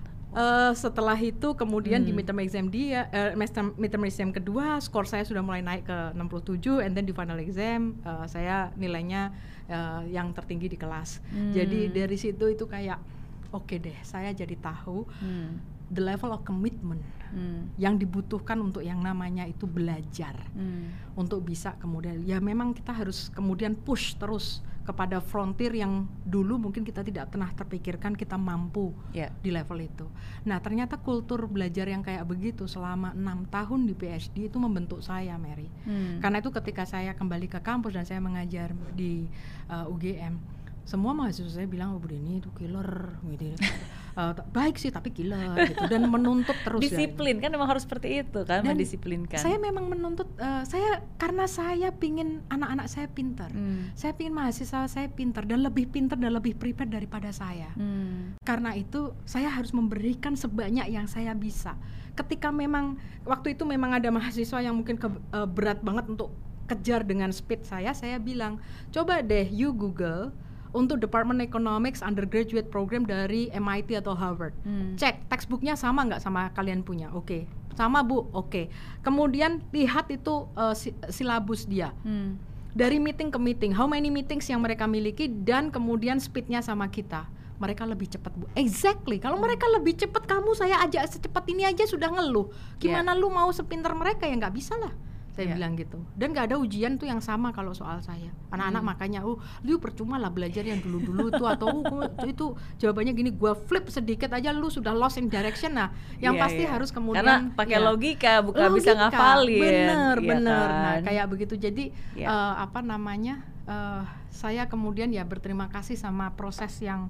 uh, setelah itu kemudian hmm. di midterm exam dia, uh, midterm exam kedua, skor saya sudah mulai naik ke enam puluh tujuh, and then di final exam uh, saya nilainya uh, yang tertinggi di kelas. Hmm. Jadi dari situ itu kayak oke okay deh, saya jadi tahu hmm. the level of commitment hmm. yang dibutuhkan untuk yang namanya itu belajar hmm. untuk bisa kemudian ya memang kita harus kemudian push terus kepada frontier yang dulu mungkin kita tidak pernah terpikirkan kita mampu yeah. di level itu. Nah ternyata kultur belajar yang kayak begitu selama enam tahun di P H D itu membentuk saya, Mary. Hmm. Karena itu ketika saya kembali ke kampus dan saya mengajar di uh, U G M, semua mahasiswa saya bilang, oh Bu Deni itu killer gitu. Uh, baik sih tapi killer gitu, dan menuntut terus disiplin ya. Kan memang harus seperti itu kan, dan mendisiplinkan. Saya memang menuntut uh, saya karena saya pingin anak-anak saya pintar, hmm. saya pingin mahasiswa saya pintar dan lebih pintar dan lebih prepared daripada saya. hmm. Karena itu saya harus memberikan sebanyak yang saya bisa. Ketika memang waktu itu memang ada mahasiswa yang mungkin ke, uh, berat banget untuk kejar dengan speed saya, saya bilang coba deh you Google untuk Department Economics undergraduate program dari M I T atau Harvard. Hmm. Cek textbooknya sama nggak sama kalian punya? Oke, okay. Sama Bu. Oke. Okay. Kemudian lihat itu uh, silabus dia. Hmm. Dari meeting ke meeting, how many meetings yang mereka miliki dan kemudian speednya sama kita. Mereka lebih cepat Bu. Exactly. Kalau mereka lebih cepat, kamu saya ajak secepat ini aja sudah ngeluh. Gimana yeah. lu mau sepintar mereka? Ya nggak bisa lah. Saya yeah. bilang gitu. Dan gak ada ujian tuh yang sama kalau soal saya. Anak-anak hmm. makanya, oh lu percuma lah belajar yang dulu-dulu tuh, atau oh, itu jawabannya gini, gua flip sedikit aja lu sudah lost in direction. Nah yang yeah, pasti yeah. harus kemudian karena pakai ya, logika bukan logika, bisa ngafalin. Bener ya bener kan? Nah kayak begitu. Jadi yeah. uh, apa namanya uh, saya kemudian ya berterima kasih sama proses yang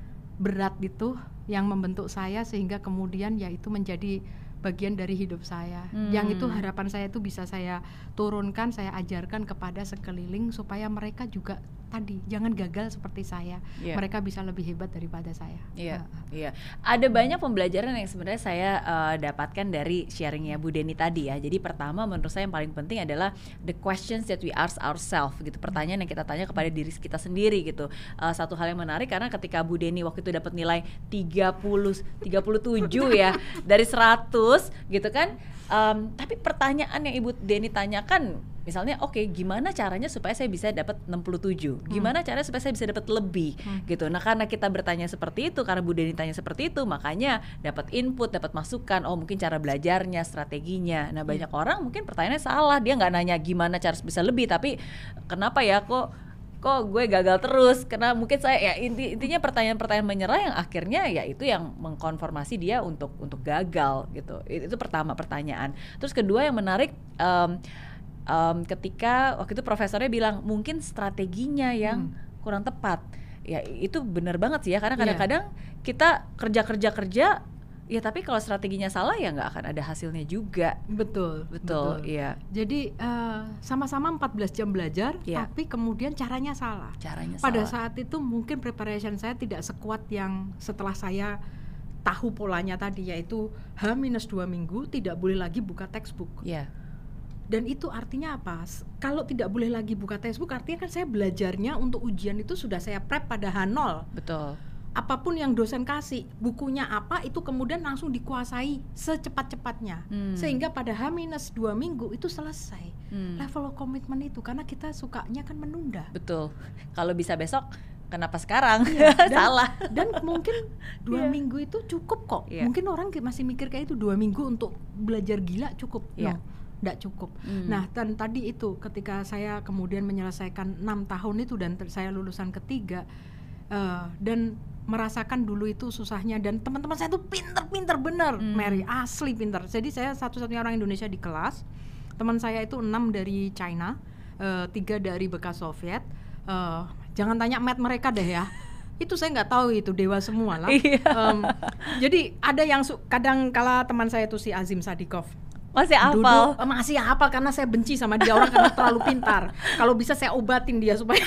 berat itu yang membentuk saya, sehingga kemudian ya itu menjadi bagian dari hidup saya. Hmm. Yang itu harapan saya itu bisa saya turunkan, saya ajarkan kepada sekeliling supaya mereka juga tadi jangan gagal seperti saya. Yeah. Mereka bisa lebih hebat daripada saya. Iya. Uh. Iya. Ada banyak pembelajaran yang sebenarnya saya uh, dapatkan dari sharingnya Bu Deni tadi ya. Jadi pertama menurut saya yang paling penting adalah the questions that we ask ourselves gitu. Pertanyaan yang kita tanya kepada diri kita sendiri gitu. Uh, satu hal yang menarik karena ketika Bu Deni waktu itu dapat nilai tiga puluh, tiga puluh tujuh ya dari seratus terus gitu kan. Um, tapi pertanyaan yang Ibu Denny tanyakan misalnya, oke okay, gimana caranya supaya saya bisa dapat enam puluh tujuh, gimana hmm. caranya supaya saya bisa dapat lebih hmm. gitu. Nah karena kita bertanya seperti itu, karena Bu Denny tanya seperti itu, makanya dapat input, dapat masukan, oh mungkin cara belajarnya, strateginya. Nah banyak yeah. orang mungkin pertanyaannya salah, dia nggak nanya gimana cara bisa lebih, tapi kenapa ya kok kok gue gagal terus, karena mungkin saya ya inti, intinya pertanyaan-pertanyaan menyerah yang akhirnya ya itu yang mengkonfirmasi dia untuk untuk gagal gitu. Itu pertama pertanyaan. Terus kedua yang menarik, um, um, ketika waktu itu profesornya bilang mungkin strateginya yang hmm. kurang tepat. Ya itu benar banget sih ya, karena kadang-kadang yeah. kita kerja-kerja-kerja ya tapi kalau strateginya salah ya nggak akan ada hasilnya juga. Betul, betul, betul. Iya. Jadi uh, sama-sama empat belas jam belajar, yeah. tapi kemudian caranya salah. Caranya Pada salah. saat itu mungkin preparation saya tidak sekuat yang setelah saya tahu polanya tadi, yaitu H minus dua minggu tidak boleh lagi buka textbook. Iya. Yeah. Dan itu artinya apa? Kalau tidak boleh lagi buka textbook, artinya kan saya belajarnya untuk ujian itu sudah saya prep pada H nol. Betul. Apapun yang dosen kasih, bukunya apa, itu kemudian langsung dikuasai secepat-cepatnya. Hmm. Sehingga pada H minus dua minggu itu selesai. Hmm. Level of komitmen itu, karena kita sukanya kan menunda. Betul. Kalau bisa besok, kenapa sekarang? Iya, dan, Salah. Dan mungkin dua yeah. minggu itu cukup kok. Yeah. Mungkin orang masih mikir kayak itu dua minggu untuk belajar gila cukup. Yeah. No, tidak cukup. Hmm. Nah, dan tadi itu ketika saya kemudian menyelesaikan enam tahun itu dan ter- saya lulusan ketiga uh, dan merasakan dulu itu susahnya, dan teman-teman saya tuh pinter-pinter bener, hmm. Mary, asli pinter. Jadi saya satu-satunya orang Indonesia di kelas. Teman saya itu enam dari China, uh, tiga dari bekas Soviet. Uh, jangan tanya math mereka deh ya. Itu saya nggak tahu, itu dewa semua lah. um, jadi ada yang su- kadang kala teman saya itu si Azim Sadikov. Masih hafal? Duduk, masih hafal karena saya benci sama dia, orang karena terlalu pintar. Kalau bisa saya obatin dia supaya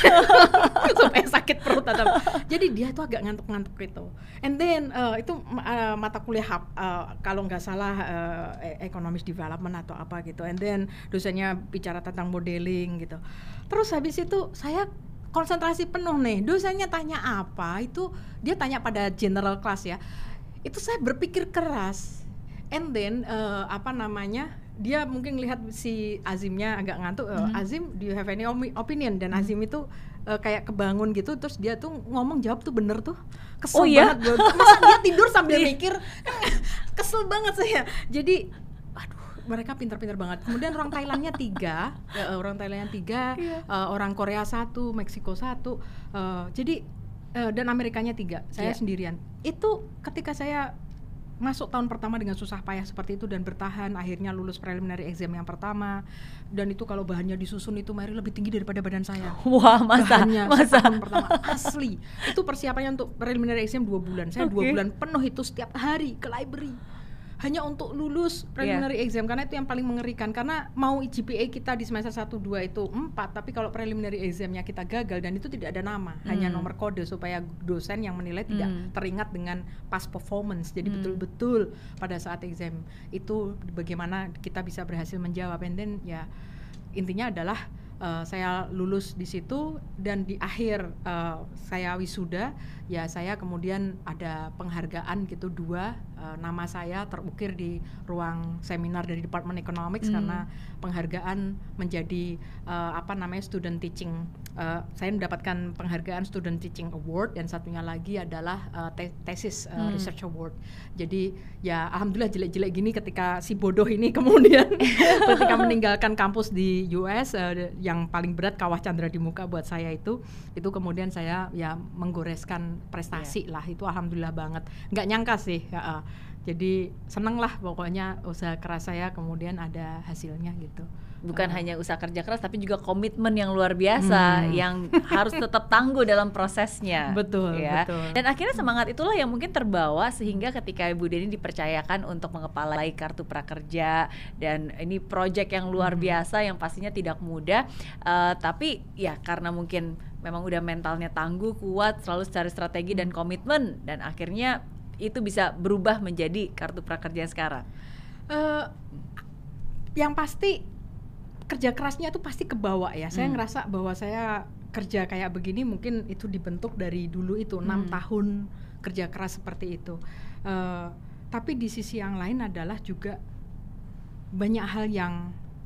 supaya sakit perut atau. Jadi dia itu agak ngantuk-ngantuk gitu. And then uh, itu uh, mata kuliah uh, kalau nggak salah uh, economic development atau apa gitu. And then dosennya bicara tentang modeling gitu. Terus habis itu saya konsentrasi penuh nih. Dosennya tanya apa? Itu dia tanya pada general class ya. Itu saya berpikir keras. And then uh, apa namanya, dia mungkin lihat si Azimnya agak ngantuk, uh, mm-hmm. Azim, do you have any opinion? Dan Azim mm-hmm. itu uh, kayak kebangun gitu, terus dia tuh ngomong jawab tuh bener tuh, kesel oh, banget iya? Masa dia tidur sambil mikir, kan kesel banget saya. Jadi aduh, mereka pintar-pintar banget. Kemudian orang Thailandnya tiga, uh, orang Thailandnya tiga, yeah. uh, orang Korea satu, Meksiko satu, uh, jadi uh, dan Amerikanya tiga, saya yeah. sendirian. Itu ketika saya masuk tahun pertama dengan susah payah seperti itu dan bertahan, akhirnya lulus preliminary exam yang pertama, dan itu kalau bahannya disusun itu Mary lebih tinggi daripada badan saya. Wah, masa? Bahannya masa? Tahun pertama asli. Itu persiapannya untuk preliminary exam dua bulan. Saya okay. dua bulan penuh itu setiap hari ke library. Hanya untuk lulus preliminary yeah. exam, karena itu yang paling mengerikan. Karena mau G P A kita di semester satu dua itu empat, tapi kalau preliminary examnya kita gagal dan itu tidak ada nama, mm. hanya nomor kode supaya dosen yang menilai mm. tidak teringat dengan past performance. Jadi mm. betul-betul pada saat exam itu bagaimana kita bisa berhasil menjawab. And then ya intinya adalah Uh, saya lulus di situ, dan di akhir uh, saya wisuda ya saya kemudian ada penghargaan gitu dua, uh, nama saya terukir di ruang seminar dari Department Economics hmm. karena penghargaan menjadi uh, apa namanya student teaching, uh, saya mendapatkan penghargaan student teaching award, dan satunya lagi adalah uh, te- tesis uh, hmm. research award. Jadi ya alhamdulillah jelek-jelek gini ketika si bodoh ini kemudian ketika meninggalkan kampus di U S, uh, yang paling berat kawah Chandra di muka buat saya itu itu kemudian saya ya menggoreskan prestasi yeah. lah, itu alhamdulillah banget, nggak nyangka sih ya, uh, jadi seneng lah pokoknya usaha keras saya kemudian ada hasilnya gitu. Bukan uh. hanya usaha kerja keras tapi juga komitmen yang luar biasa hmm. yang harus tetap tangguh dalam prosesnya. Betul, ya. betul. Dan akhirnya semangat itulah yang mungkin terbawa sehingga ketika Ibu Denny dipercayakan untuk mengepalai Kartu Prakerja, dan ini proyek yang luar hmm. biasa yang pastinya tidak mudah, uh, tapi ya karena mungkin memang udah mentalnya tangguh, kuat, selalu cari strategi dan komitmen, dan akhirnya itu bisa berubah menjadi Kartu Prakerja sekarang. Uh, yang pasti kerja kerasnya itu pasti kebawa ya. Saya hmm. ngerasa bahwa saya kerja kayak begini mungkin itu dibentuk dari dulu itu enam hmm. tahun kerja keras seperti itu. Uh, tapi di sisi yang lain adalah juga banyak hal yang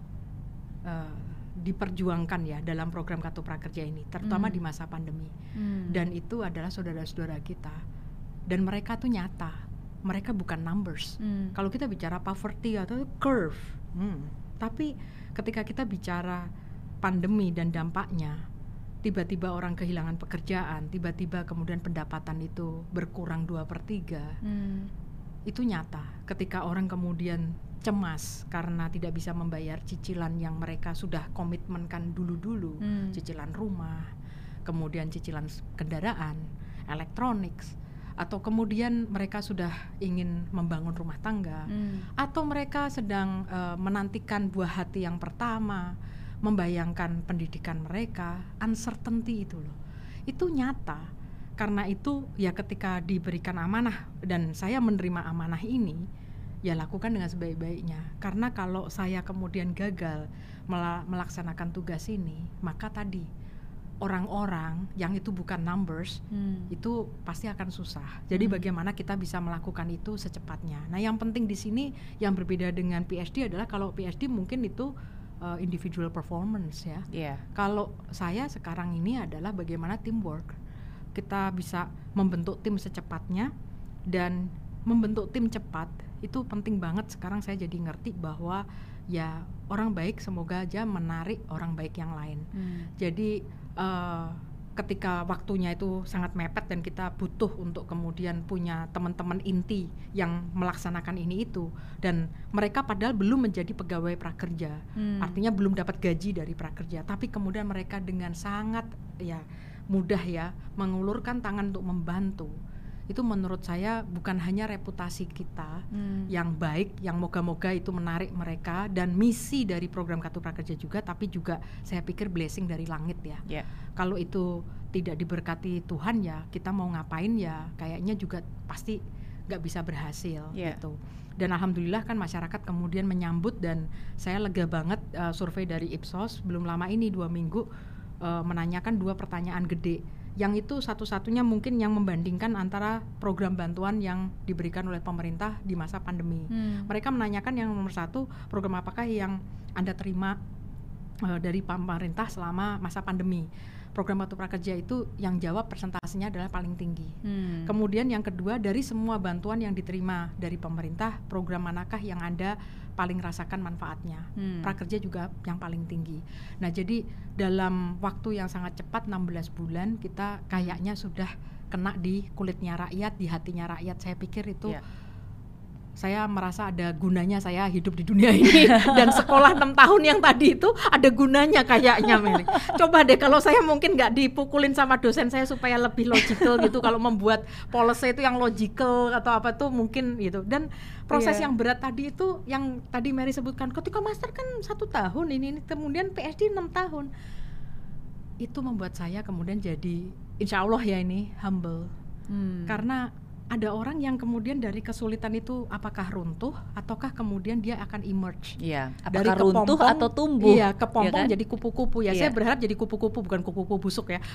uh, diperjuangkan ya dalam program Kartu Prakerja ini, terutama hmm. di masa pandemi. Hmm. Dan itu adalah saudara-saudara kita. Dan mereka tuh nyata, mereka bukan numbers. Hmm. Kalau kita bicara poverty atau curve, hmm. tapi ketika kita bicara pandemi dan dampaknya, tiba-tiba orang kehilangan pekerjaan, tiba-tiba kemudian pendapatan itu berkurang dua per tiga, hmm. itu nyata. Ketika orang kemudian cemas karena tidak bisa membayar cicilan yang mereka sudah komitmenkan dulu-dulu, hmm. cicilan rumah, kemudian cicilan kendaraan, elektronik, atau kemudian mereka sudah ingin membangun rumah tangga, hmm. atau mereka sedang uh, menantikan buah hati yang pertama, membayangkan pendidikan mereka, uncertainty itu loh, itu nyata. Karena itu ya ketika diberikan amanah dan saya menerima amanah ini, ya lakukan dengan sebaik-baiknya. Karena kalau saya kemudian gagal mel- melaksanakan tugas ini, maka tadi orang-orang yang itu bukan numbers, hmm. itu pasti akan susah. Jadi hmm. bagaimana kita bisa melakukan itu secepatnya. Nah, yang penting di sini yang berbeda dengan P H D adalah kalau P H D mungkin itu uh, individual performance ya. Yeah. Kalau saya sekarang ini adalah bagaimana teamwork. Kita bisa membentuk tim secepatnya, dan membentuk tim cepat itu penting banget. Sekarang saya jadi ngerti bahwa ya orang baik semoga aja menarik orang baik yang lain. Hmm. Jadi Uh, ketika waktunya itu sangat mepet dan kita butuh untuk kemudian punya teman-teman inti yang melaksanakan ini itu, dan mereka padahal belum menjadi pegawai prakerja, hmm. artinya belum dapat gaji dari prakerja, tapi kemudian mereka dengan sangat ya mudah ya mengulurkan tangan untuk membantu. Itu menurut saya bukan hanya reputasi kita hmm. yang baik, yang moga-moga itu menarik mereka, dan misi dari program Kartu Prakerja juga, tapi juga saya pikir blessing dari langit ya. Yeah. Kalau itu tidak diberkati Tuhan ya kita mau ngapain ya kayaknya juga pasti nggak bisa berhasil yeah. gitu. Dan alhamdulillah kan masyarakat kemudian menyambut, dan saya lega banget uh, survei dari Ipsos belum lama ini dua minggu uh, menanyakan dua pertanyaan gede. Yang itu satu-satunya mungkin yang membandingkan antara program bantuan yang diberikan oleh pemerintah di masa pandemi. Hmm. Mereka menanyakan yang nomor satu, program apakah yang Anda terima uh, dari pemerintah selama masa pandemi. Program Kartu Prakerja itu yang jawab persentasenya adalah paling tinggi. Hmm. Kemudian yang kedua, dari semua bantuan yang diterima dari pemerintah, program manakah yang Anda paling rasakan manfaatnya? Hmm. Prakerja juga yang paling tinggi. Nah, jadi dalam waktu yang sangat cepat enam belas bulan kita kayaknya sudah kena di kulitnya rakyat, di hatinya rakyat. Saya pikir itu yeah. saya merasa ada gunanya saya hidup di dunia ini. Dan sekolah enam tahun yang tadi itu ada gunanya kayaknya, Meli. Coba deh kalau saya mungkin nggak dipukulin sama dosen saya supaya lebih logical gitu, kalau membuat policy itu yang logical atau apa tuh mungkin gitu. Dan proses yeah. yang berat tadi itu yang tadi Mary sebutkan, ketika master kan satu tahun ini, kemudian P H D enam tahun, itu membuat saya kemudian jadi insya Allah ya ini humble. hmm. Karena ada orang yang kemudian dari kesulitan itu apakah runtuh ataukah kemudian dia akan emerge. Iya, dari apakah runtuh atau tumbuh. Iya, kepompong ya kan? Jadi kupu-kupu ya. Iya. Saya berharap jadi kupu-kupu, bukan kupu-kupu busuk ya.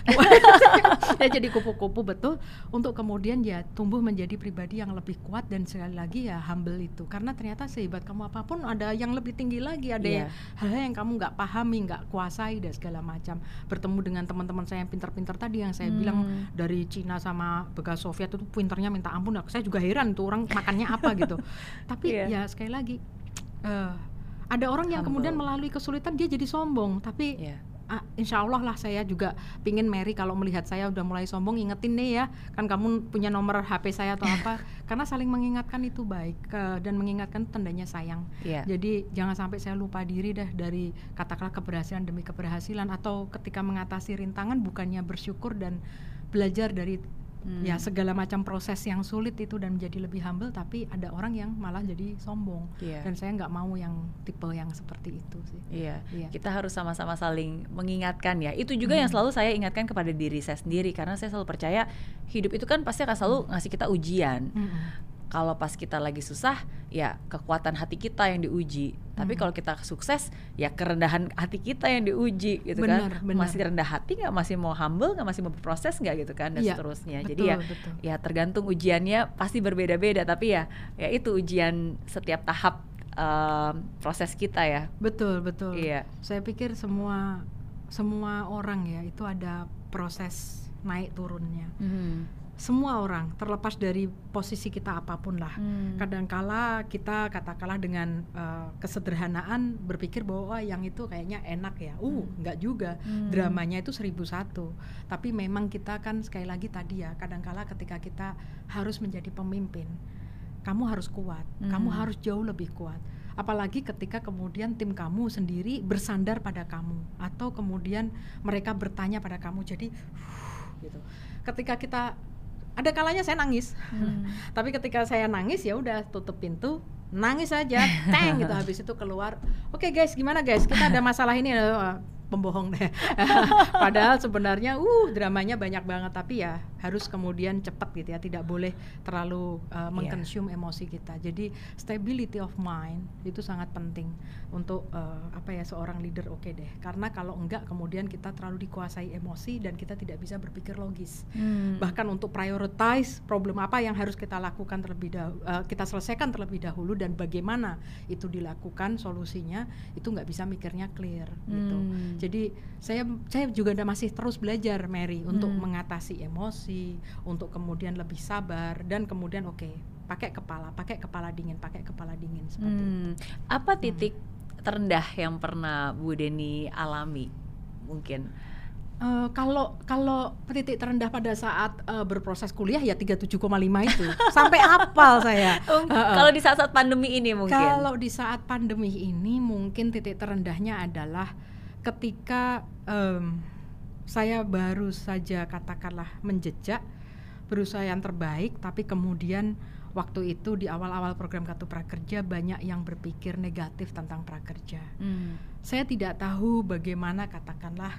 Ya jadi kupu-kupu betul, untuk kemudian ya tumbuh menjadi pribadi yang lebih kuat, dan sekali lagi ya humble itu. Karena ternyata sehebat kamu apapun ada yang lebih tinggi lagi, ada iya. yang hal-hal yang kamu nggak pahami, nggak kuasai dan segala macam. Bertemu dengan teman-teman saya yang pintar-pintar tadi yang saya hmm. bilang dari Cina sama bekas Soviet itu pintarnya minta ampun, saya juga heran tuh orang makannya apa gitu. Tapi yeah. ya sekali lagi uh, ada orang yang humble. Kemudian melalui kesulitan dia jadi sombong. Tapi yeah. uh, insya Allah lah saya juga pingin Mary kalau melihat saya udah mulai sombong, ingetin nih ya, kan kamu punya nomor H P saya atau apa. Karena saling mengingatkan itu baik, uh, dan mengingatkan tandanya sayang. yeah. Jadi jangan sampai saya lupa diri dah dari katakanlah keberhasilan demi keberhasilan, atau ketika mengatasi rintangan bukannya bersyukur dan belajar dari Hmm. ya segala macam proses yang sulit itu dan menjadi lebih humble, tapi ada orang yang malah jadi sombong. yeah. Dan saya nggak mau yang tipe yang seperti itu sih. Iya, yeah. yeah. Kita harus sama-sama saling mengingatkan ya. Itu juga hmm. yang selalu saya ingatkan kepada diri saya sendiri, karena saya selalu percaya hidup itu kan pasti akan selalu ngasih kita ujian. hmm. kalau pas kita lagi susah ya kekuatan hati kita yang diuji. Tapi hmm. kalau kita sukses ya kerendahan hati kita yang diuji gitu bener, kan. Bener. Masih rendah hati nggak, masih mau humble nggak, masih mau berproses nggak gitu kan, dan ya, seterusnya. Betul, Jadi ya betul. ya tergantung ujiannya, pasti berbeda-beda. Tapi ya ya itu ujian setiap tahap uh, proses kita ya. Betul betul. Iya. Saya pikir semua semua orang ya itu ada proses naik turunnya. Hmm. Semua orang, terlepas dari posisi kita apapun lah. Hmm. Kadangkala kita katakanlah dengan uh, kesederhanaan berpikir bahwa yang itu kayaknya enak ya. Uh, hmm. enggak juga. Hmm. Dramanya itu seribu satu. Tapi memang kita kan sekali lagi tadi ya, kadangkala ketika kita harus menjadi pemimpin, kamu harus kuat. Hmm. Kamu harus jauh lebih kuat. Apalagi ketika kemudian tim kamu sendiri bersandar pada kamu, atau kemudian mereka bertanya pada kamu. Jadi uh, gitu. Ketika kita ada kalanya saya nangis, hmm. tapi ketika saya nangis ya udah tutup pintu, nangis aja, teng gitu, habis itu keluar. Oke okay, guys, gimana guys? Kita ada masalah ini, uh, pembohong deh. Padahal sebenarnya uh dramanya banyak banget, tapi ya harus kemudian cepat gitu ya, tidak boleh terlalu uh, mengkonsum yeah. emosi kita. Jadi stability of mind itu sangat penting untuk uh, apa ya seorang leader. Oke okay deh, karena kalau enggak kemudian kita terlalu dikuasai emosi dan kita tidak bisa berpikir logis. Hmm. Bahkan untuk prioritize problem apa yang harus kita lakukan terlebih dahulu, uh, kita selesaikan terlebih dahulu, dan bagaimana itu dilakukan solusinya, itu nggak bisa mikirnya clear gitu. Hmm. Jadi saya saya juga masih terus belajar, Mary, untuk hmm. mengatasi emosi, untuk kemudian lebih sabar, dan kemudian oke okay, pakai kepala, pakai kepala dingin, pakai kepala dingin seperti hmm. itu. Apa titik hmm. terendah yang pernah Bu Denny alami mungkin? Uh, kalau kalau titik terendah pada saat uh, berproses kuliah ya tiga puluh tujuh koma lima itu sampai hafal saya. Uh, uh, kalau di saat-saat pandemi ini mungkin. Kalau di saat pandemi ini mungkin titik terendahnya adalah ketika um, saya baru saja katakanlah menjejak berusaha yang terbaik, tapi kemudian waktu itu di awal-awal program Kartu Prakerja banyak yang berpikir negatif tentang prakerja. Hmm. Saya tidak tahu bagaimana katakanlah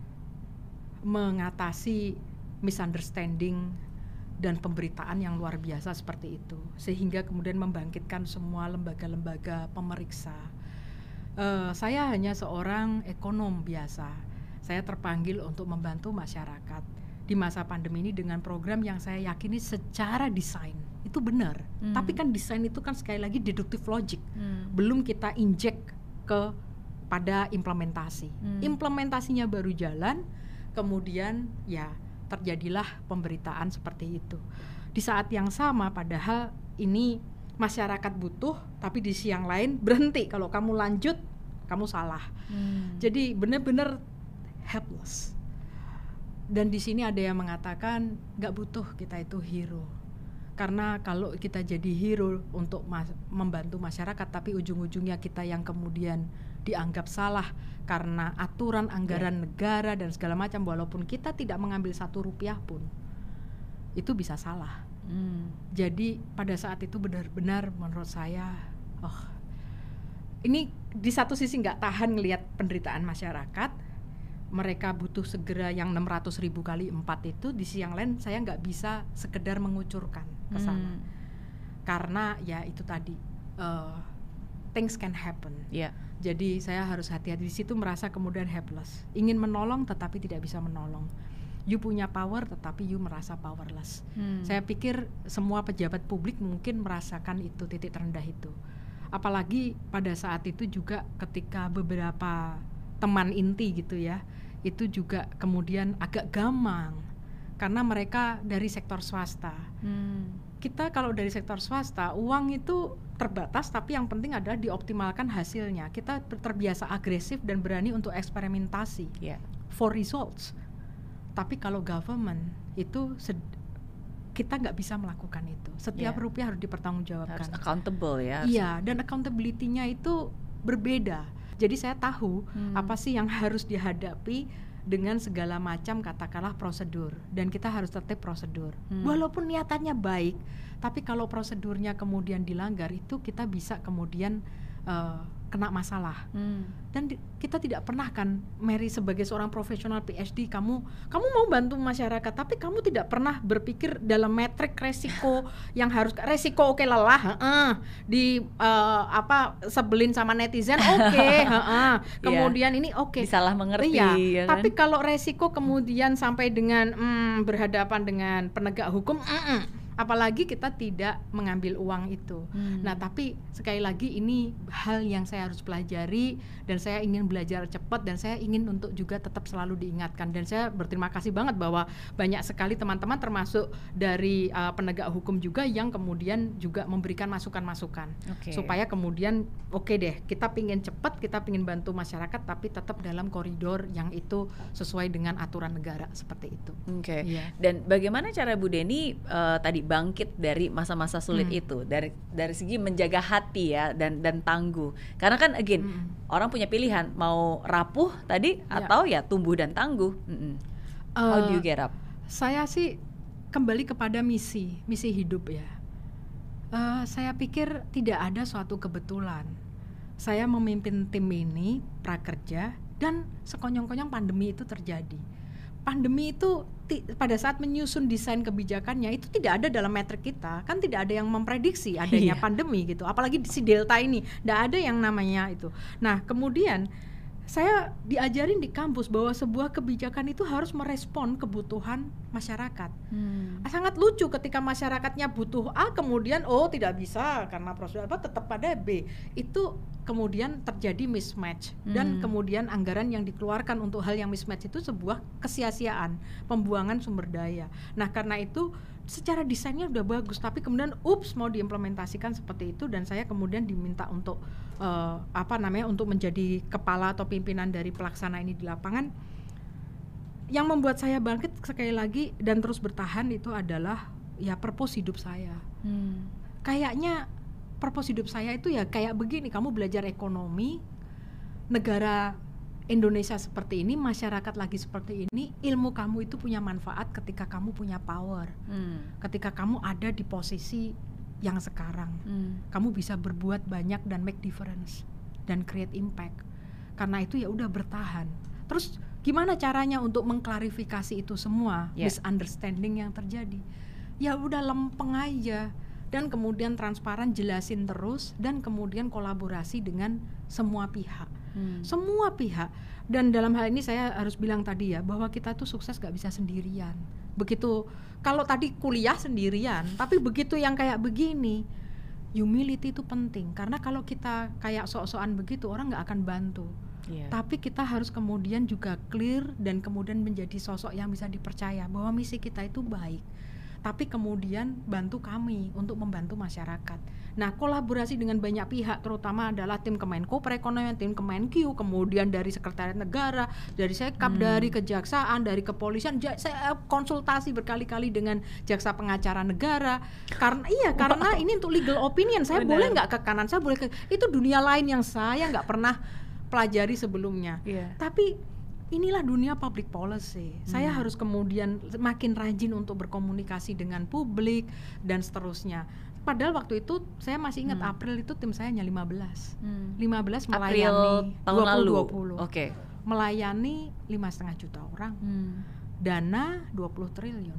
mengatasi misunderstanding dan pemberitaan yang luar biasa seperti itu, sehingga kemudian membangkitkan semua lembaga-lembaga pemeriksa. Uh, saya hanya seorang ekonom biasa. Saya terpanggil untuk membantu masyarakat di masa pandemi ini dengan program yang saya yakini secara desain itu benar. Hmm. Tapi kan desain itu kan sekali lagi deductive logic. Hmm. Belum kita injek ke pada implementasi. Hmm. Implementasinya baru jalan, kemudian ya terjadilah pemberitaan seperti itu. Di saat yang sama padahal ini masyarakat butuh, tapi di sisi yang lain berhenti, kalau kamu lanjut kamu salah. Hmm. Jadi benar-benar helpless. Dan di sini ada yang mengatakan nggak butuh kita itu hero, karena kalau kita jadi hero untuk mas- membantu masyarakat, tapi ujung-ujungnya kita yang kemudian dianggap salah karena aturan anggaran yeah. negara dan segala macam, walaupun kita tidak mengambil satu rupiah pun itu bisa salah. Hmm. Jadi pada saat itu benar-benar menurut saya, oh ini di satu sisi nggak tahan ngelihat penderitaan masyarakat, mereka butuh segera yang enam ratus ribu kali empat itu, di sisi yang lain saya nggak bisa sekedar mengucurkan ke sana. Hmm. Karena ya itu tadi uh, things can happen. Yeah. Jadi saya harus hati-hati di situ, merasa kemudian helpless, ingin menolong tetapi tidak bisa menolong. You punya power tetapi you merasa powerless. Hmm. Saya pikir semua pejabat publik mungkin merasakan itu, titik terendah itu. Apalagi pada saat itu juga ketika beberapa teman inti gitu ya, itu juga kemudian agak gamang karena mereka dari sektor swasta. Hmm. Kita kalau dari sektor swasta, uang itu terbatas, tapi yang penting adalah dioptimalkan hasilnya. Kita terbiasa agresif dan berani untuk eksperimentasi yeah. for results. Tapi kalau government itu sed- kita nggak bisa melakukan itu. Setiap yeah. rupiah harus dipertanggungjawabkan. Harus accountable ya. Iya, dan accountability-nya itu berbeda. Jadi saya tahu hmm. apa sih yang harus dihadapi dengan segala macam katakanlah prosedur, dan kita harus tetap prosedur. Hmm. Walaupun niatannya baik, tapi kalau prosedurnya kemudian dilanggar, itu kita bisa kemudian uh, kena masalah. Hmm. Dan di, kita tidak pernah kan, Mary sebagai seorang profesional P H D, kamu kamu mau bantu masyarakat, tapi kamu tidak pernah berpikir dalam metrik resiko yang harus resiko oke okay, lelah, uh, di uh, apa sebelin sama netizen oke, okay, uh, kemudian yeah. ini oke, okay. disalah mengerti. Iya, ya kan? Tapi kalau resiko kemudian sampai dengan mm, berhadapan dengan penegak hukum, mm-mm. apalagi kita tidak mengambil uang itu. Hmm. Nah, tapi sekali lagi ini hal yang saya harus pelajari, dan saya ingin belajar cepat, dan saya ingin untuk juga tetap selalu diingatkan. Dan saya berterima kasih banget bahwa banyak sekali teman-teman termasuk dari uh, penegak hukum juga yang kemudian juga memberikan masukan-masukan. Okay. Supaya kemudian oke okay deh, kita pingin cepat, kita pingin bantu masyarakat, tapi tetap dalam koridor yang itu sesuai dengan aturan negara, seperti itu. Oke. Okay. Yeah. Dan bagaimana cara Bu Denny uh, tadi bangkit dari masa-masa sulit hmm. itu, dari dari segi menjaga hati ya, dan dan tangguh, karena kan again hmm. orang punya pilihan mau rapuh tadi ya. atau ya tumbuh dan tangguh. uh, How do you get up? Saya sih kembali kepada misi misi hidup ya. uh, saya pikir tidak ada suatu kebetulan saya memimpin tim ini prakerja dan sekonyong-konyong pandemi itu terjadi. Pandemi itu ti, pada saat menyusun desain kebijakannya itu tidak ada dalam metrik kita, kan tidak ada yang memprediksi adanya iya. pandemi gitu, apalagi si Delta ini, tidak ada yang namanya itu. Nah kemudian saya diajarin di kampus bahwa sebuah kebijakan itu harus merespon kebutuhan masyarakat. Hmm. Sangat lucu ketika masyarakatnya butuh A, kemudian oh tidak bisa karena prosedur apa tetap pada B. Itu kemudian terjadi mismatch, hmm. dan kemudian anggaran yang dikeluarkan untuk hal yang mismatch itu sebuah kesia-siaan, pembuangan sumber daya. Nah karena itu secara desainnya udah bagus, tapi kemudian ups mau diimplementasikan seperti itu, dan saya kemudian diminta untuk uh, apa namanya untuk menjadi kepala atau pimpinan dari pelaksana ini di lapangan. Yang membuat saya bangkit sekali lagi dan terus bertahan itu adalah ya purpose hidup saya. Hmm. Kayaknya purpose hidup saya itu ya kayak begini, kamu belajar ekonomi, negara Indonesia seperti ini, masyarakat lagi seperti ini, ilmu kamu itu punya manfaat ketika kamu punya power, hmm. ketika kamu ada di posisi yang sekarang, hmm. kamu bisa berbuat banyak dan make difference dan create impact. Karena itu ya udah bertahan. Terus gimana caranya untuk mengklarifikasi itu semua yeah. misunderstanding yang terjadi? Ya udah lempeng aja, dan kemudian transparan, jelasin terus, dan kemudian kolaborasi dengan semua pihak. Hmm. Semua pihak. Dan dalam hal ini saya harus bilang tadi ya, bahwa kita tuh sukses gak bisa sendirian. Begitu, kalau tadi kuliah sendirian, tapi begitu yang kayak begini, humility itu penting. Karena kalau kita kayak sok-sokan begitu, orang gak akan bantu. Yeah. Tapi kita harus kemudian juga clear, dan kemudian menjadi sosok yang bisa dipercaya, bahwa misi kita itu baik, tapi kemudian bantu kami untuk membantu masyarakat. Nah, kolaborasi dengan banyak pihak, terutama adalah tim Kemenko Perekonomian, tim Kemenkyu, kemudian dari Sekretariat Negara, dari Sekap, hmm. dari Kejaksaan, dari Kepolisian. Ja, saya konsultasi berkali-kali dengan Jaksa Pengacara Negara. Karena iya, wow. karena ini untuk legal opinion. Saya Benar. boleh nggak ke kanan, saya boleh ke itu dunia lain yang saya nggak pernah pelajari sebelumnya. Yeah. Tapi inilah dunia public policy. Hmm. Saya harus kemudian makin rajin untuk berkomunikasi dengan publik dan seterusnya. Padahal waktu itu saya masih ingat hmm. April itu tim saya hanya lima belas. Hmm. lima belas melayani April tahun lalu. dua puluh. Oke. Okay. Melayani lima koma lima juta orang. Hmm. Dana dua puluh triliun.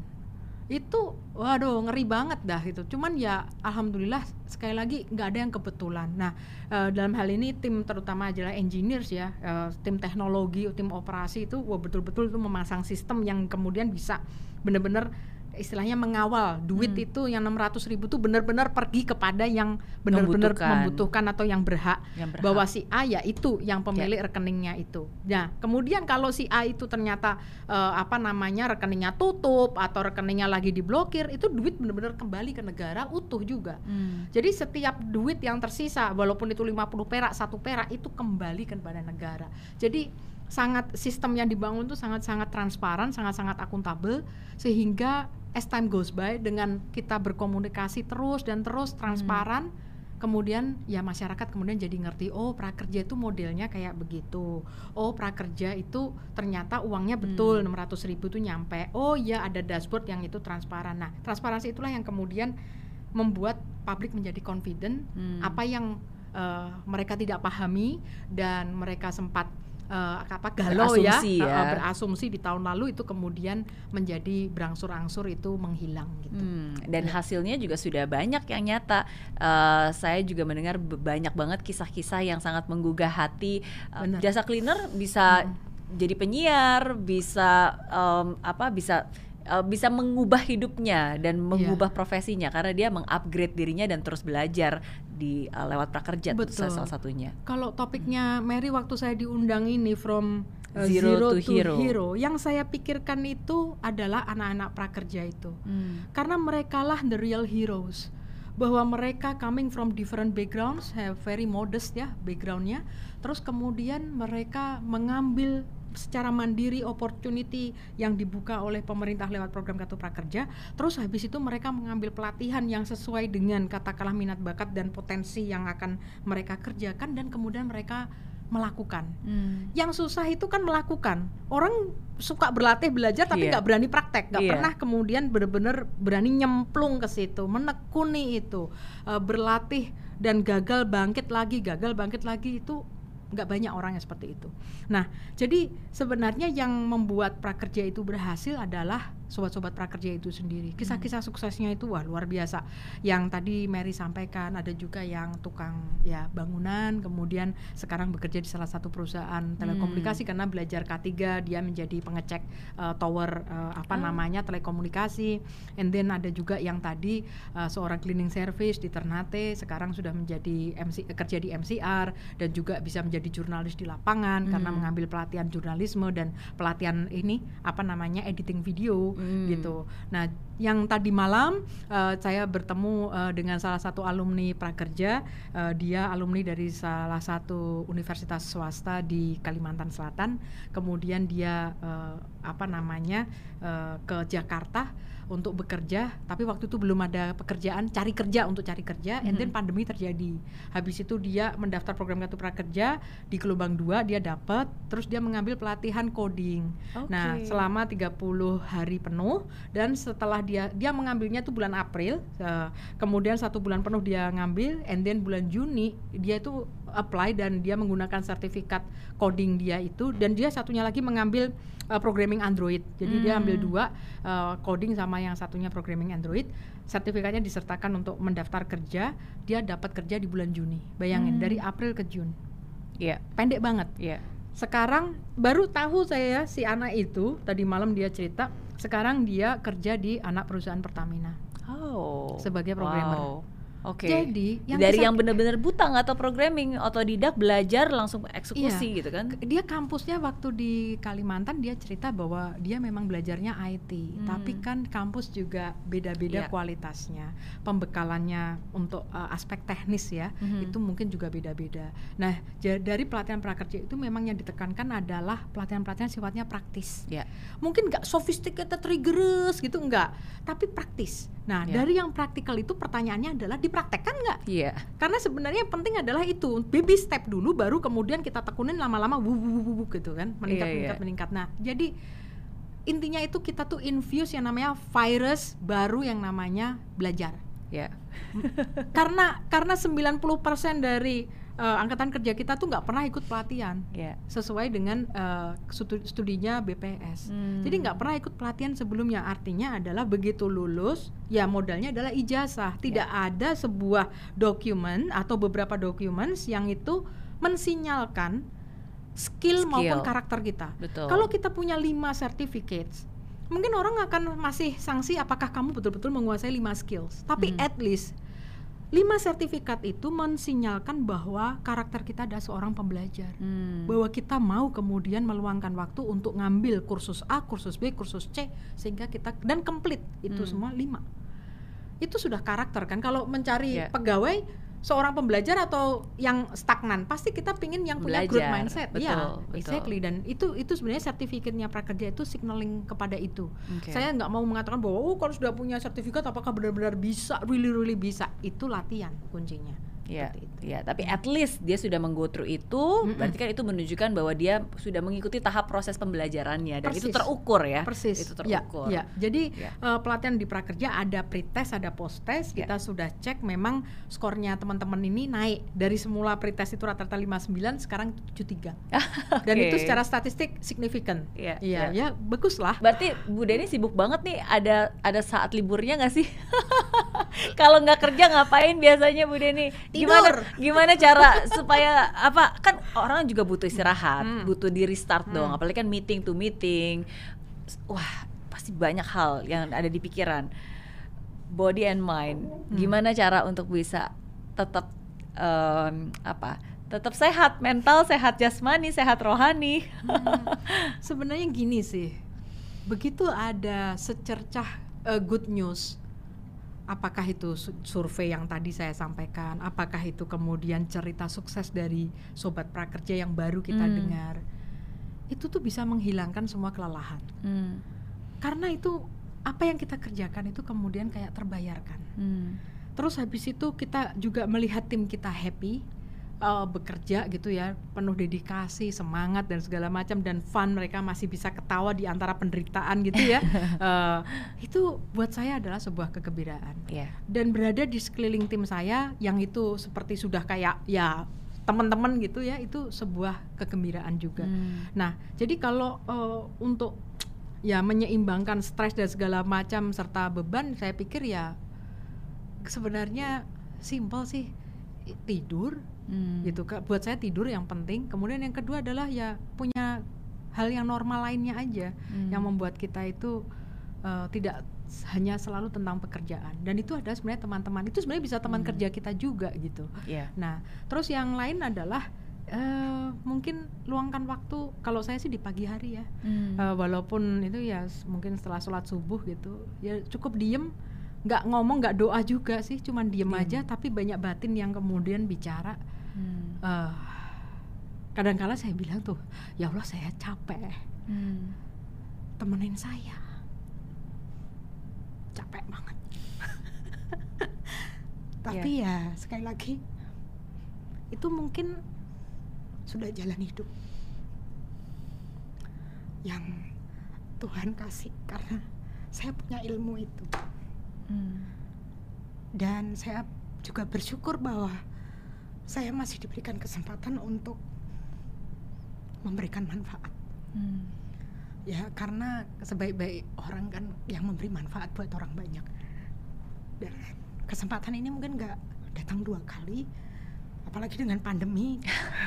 Itu waduh ngeri banget dah itu. Cuman ya alhamdulillah sekali lagi nggak ada yang kebetulan. Nah uh, dalam hal ini tim terutama adalah engineers ya, uh, tim teknologi, tim operasi itu wah betul-betul itu memasang sistem yang kemudian bisa benar-benar istilahnya mengawal duit hmm. itu yang enam ratus ribu itu benar-benar pergi kepada yang benar-benar membutuhkan. membutuhkan atau yang berhak, yang berhak. Bahwa si A ya itu yang pemilik ya. rekeningnya itu. Nah kemudian kalau si A itu ternyata uh, apa namanya rekeningnya tutup atau rekeningnya lagi diblokir, itu duit benar-benar kembali ke negara utuh juga. hmm. Jadi setiap duit yang tersisa walaupun itu lima puluh perak, satu perak itu kembali kepada negara. Jadi sangat sistem yang dibangun itu sangat-sangat transparan, sangat-sangat akuntabel, sehingga as time goes by dengan kita berkomunikasi terus dan terus transparan, hmm. kemudian ya masyarakat kemudian jadi ngerti, oh prakerja itu modelnya kayak begitu, oh prakerja itu ternyata uangnya betul hmm. enam ratus ribu itu nyampe, oh ya ada dashboard yang itu transparan. Nah transparansi itulah yang kemudian membuat publik menjadi confident, hmm. apa yang uh, mereka tidak pahami dan mereka sempat Uh, apa galau berasumsi ya, ya. Uh, berasumsi di tahun lalu itu kemudian menjadi berangsur-angsur itu menghilang gitu. Hmm, dan ya. Hasilnya juga sudah banyak yang nyata. Uh, saya juga mendengar banyak banget kisah-kisah yang sangat menggugah hati. Uh, jasa cleaner bisa hmm. jadi penyiar, bisa um, apa bisa Uh, bisa mengubah hidupnya dan mengubah yeah. profesinya karena dia mengupgrade dirinya dan terus belajar di uh, lewat prakerja. Betul. Salah satunya. Kalau topiknya Mary waktu saya diundang ini from uh, zero, zero to, to hero. hero, yang saya pikirkan itu adalah anak-anak prakerja itu, hmm. karena merekalah the real heroes. Bahwa mereka coming from different backgrounds, have very modest ya backgroundnya, terus kemudian mereka mengambil secara mandiri opportunity yang dibuka oleh pemerintah lewat program Kartu Prakerja, terus habis itu mereka mengambil pelatihan yang sesuai dengan katakanlah minat bakat dan potensi yang akan mereka kerjakan dan kemudian mereka melakukan. Hmm. Yang susah itu kan melakukan. Orang suka berlatih belajar tapi nggak yeah. berani praktek, nggak yeah. pernah kemudian benar-benar berani nyemplung ke situ, menekuni itu, uh, berlatih dan gagal bangkit lagi, gagal bangkit lagi itu nggak banyak orang yang seperti itu. Nah, jadi sebenarnya yang membuat prakerja itu berhasil adalah sobat-sobat prakerja itu sendiri. Kisah-kisah suksesnya itu wah luar biasa. Yang tadi Mary sampaikan, ada juga yang tukang ya bangunan, kemudian sekarang bekerja di salah satu perusahaan telekomunikasi hmm. karena belajar K tiga, dia menjadi pengecek uh, tower uh, apa oh. namanya telekomunikasi. And then ada juga yang tadi uh, seorang cleaning service di Ternate, sekarang sudah menjadi M C, kerja di M C R dan juga bisa menjadi jurnalis di lapangan hmm. karena mengambil pelatihan jurnalisme dan pelatihan ini apa namanya editing video hmm. gitu. Nah, yang tadi malam uh, saya bertemu uh, dengan salah satu alumni prakerja, uh, dia alumni dari salah satu universitas swasta di Kalimantan Selatan. Kemudian dia uh, apa namanya uh, ke Jakarta untuk bekerja, tapi waktu itu belum ada pekerjaan, cari kerja untuk cari kerja, mm-hmm. and then pandemi terjadi. Habis itu dia mendaftar program Kartu Prakerja di gelombang dua, dia dapat, terus dia mengambil pelatihan coding. Okay. Nah, selama tiga puluh hari penuh, dan setelah dia dia mengambilnya itu bulan April, uh, kemudian satu bulan penuh dia ngambil, and then bulan Juni dia itu apply dan dia menggunakan sertifikat coding dia itu, dan dia satunya lagi mengambil uh, programming Android. Jadi hmm. dia ambil dua, uh, coding sama yang satunya programming Android. Sertifikatnya disertakan untuk mendaftar kerja, dia dapat kerja di bulan Juni. Bayangin, hmm. dari April ke Juni. Iya, yeah. pendek banget. Iya. Yeah. Sekarang baru tahu saya si anak itu, tadi malam dia cerita, sekarang dia kerja di anak perusahaan Pertamina. Oh. Sebagai programmer. Wow. Oke. Okay. Jadi yang dari yang benar-benar buta nggak tahu programming, otodidak belajar langsung eksekusi iya. gitu kan? Dia kampusnya waktu di Kalimantan dia cerita bahwa dia memang belajarnya I T, hmm. tapi kan kampus juga beda-beda yeah. kualitasnya, pembekalannya untuk uh, aspek teknis ya, hmm. itu mungkin juga beda-beda. Nah j- dari pelatihan prakerja itu memang yang ditekankan adalah pelatihan-pelatihan sifatnya praktis. Yeah. Mungkin nggak sophisticated, rigorous gitu enggak, tapi praktis. Nah yeah. dari yang praktikal itu pertanyaannya adalah dipraktekkan nggak? Iya. Yeah. Karena sebenarnya yang penting adalah itu baby step dulu, baru kemudian kita tekunin lama-lama wuh gitu kan, meningkat yeah, meningkat yeah. meningkat. Nah jadi intinya itu kita tuh infuse yang namanya virus baru yang namanya belajar. Ya. Yeah. karena karena sembilan puluh persen dari Uh, angkatan kerja kita tuh nggak pernah ikut pelatihan yeah. sesuai dengan uh, studinya B P S. Hmm. Jadi nggak pernah ikut pelatihan sebelumnya. Artinya adalah begitu lulus, ya modalnya adalah ijazah. Tidak yeah. ada sebuah dokumen atau beberapa dokumen yang itu mensinyalkan skill, skill maupun karakter kita. Betul. Kalau kita punya lima certificates, mungkin orang akan masih sanksi apakah kamu betul-betul menguasai lima skills. Tapi hmm. at least lima sertifikat itu mensinyalkan bahwa karakter kita adalah seorang pembelajar, hmm. bahwa kita mau kemudian meluangkan waktu untuk ngambil kursus A, kursus B, kursus C, sehingga kita dan komplit itu hmm. semua lima. Itu sudah karakter kan. Kalau mencari yeah. pegawai seorang pembelajar atau yang stagnan, pasti kita pingin yang punya growth mindset. Betul, ya, betul. Exactly. Dan itu itu sebenarnya sertifikatnya prakerja itu signaling kepada itu. Okay. Saya nggak mau mengatakan bahwa oh kalau sudah punya sertifikat apakah benar-benar bisa, really really bisa. Itu latihan kuncinya. Ya, itu. ya, tapi at least dia sudah meng-go through itu, mm-mm. berarti kan itu menunjukkan bahwa dia sudah mengikuti tahap proses pembelajarannya dan Persis. Itu terukur ya. Persis. Itu terukur. Ya, ya. Jadi ya. Uh, pelatihan di prakerja ada pretest, ada posttest, ya. Kita sudah cek memang skornya teman-teman ini naik dari semula pretest itu rata-rata lima puluh sembilan, sekarang tujuh puluh tiga. Okay. Dan itu secara statistik signifikan. Iya, ya, ya. ya bagus lah. Berarti Bu Deni sibuk banget nih, ada ada saat liburnya nggak sih? Kalau nggak kerja ngapain biasanya Bu Deni? Gimana Tidur. gimana cara supaya apa, kan orang juga butuh istirahat, hmm. butuh di restart hmm. dong, apalagi kan meeting to meeting. Wah, pasti banyak hal yang ada di pikiran, body and mind. Hmm. Gimana cara untuk bisa tetap um, apa? Tetap sehat mental, sehat jasmani, sehat rohani. Hmm. Sebenarnya gini sih. Begitu ada secercah uh, good news, apakah itu survei yang tadi saya sampaikan, apakah itu kemudian cerita sukses dari sobat prakerja yang baru kita hmm. dengar, itu tuh bisa menghilangkan semua kelelahan. Hmm. Karena itu apa yang kita kerjakan itu kemudian kayak terbayarkan. Hmm. Terus habis itu kita juga melihat tim kita happy, uh, bekerja gitu ya, penuh dedikasi, semangat dan segala macam, dan fun, mereka masih bisa ketawa di antara penderitaan gitu ya. uh, itu buat saya adalah sebuah kegembiraan. Yeah. Dan berada di sekeliling tim saya yang itu seperti sudah kayak ya teman-teman gitu ya, itu sebuah kegembiraan juga. Hmm. Nah, jadi kalau uh, untuk ya menyeimbangkan stres dan segala macam serta beban, saya pikir ya sebenarnya simple sih, tidur. Hmm. Gitu, buat saya tidur yang penting. Kemudian yang kedua adalah ya punya hal yang normal lainnya aja, hmm. yang membuat kita itu uh, tidak hanya selalu tentang pekerjaan. Dan itu ada sebenarnya teman-teman, itu sebenarnya bisa teman hmm. kerja kita juga gitu. Yeah. Nah, terus yang lain adalah uh, mungkin luangkan waktu. Kalau saya sih di pagi hari ya, hmm. uh, walaupun itu ya mungkin setelah sholat subuh gitu, ya cukup diem, nggak ngomong, nggak doa juga sih, cuman diem hmm. aja, tapi banyak batin yang kemudian bicara. Hmm. Uh, kadang-kala saya bilang tuh, ya Allah saya capek, hmm. temenin saya, capek banget. Tapi yeah. ya sekali lagi itu mungkin sudah jalan hidup yang Tuhan kasih, karena saya punya ilmu itu. Hmm. Dan saya juga bersyukur bahwa saya masih diberikan kesempatan untuk memberikan manfaat. Hmm. Ya karena sebaik-baik orang kan yang memberi manfaat buat orang banyak. Dan kesempatan ini mungkin gak datang dua kali, apalagi dengan pandemi.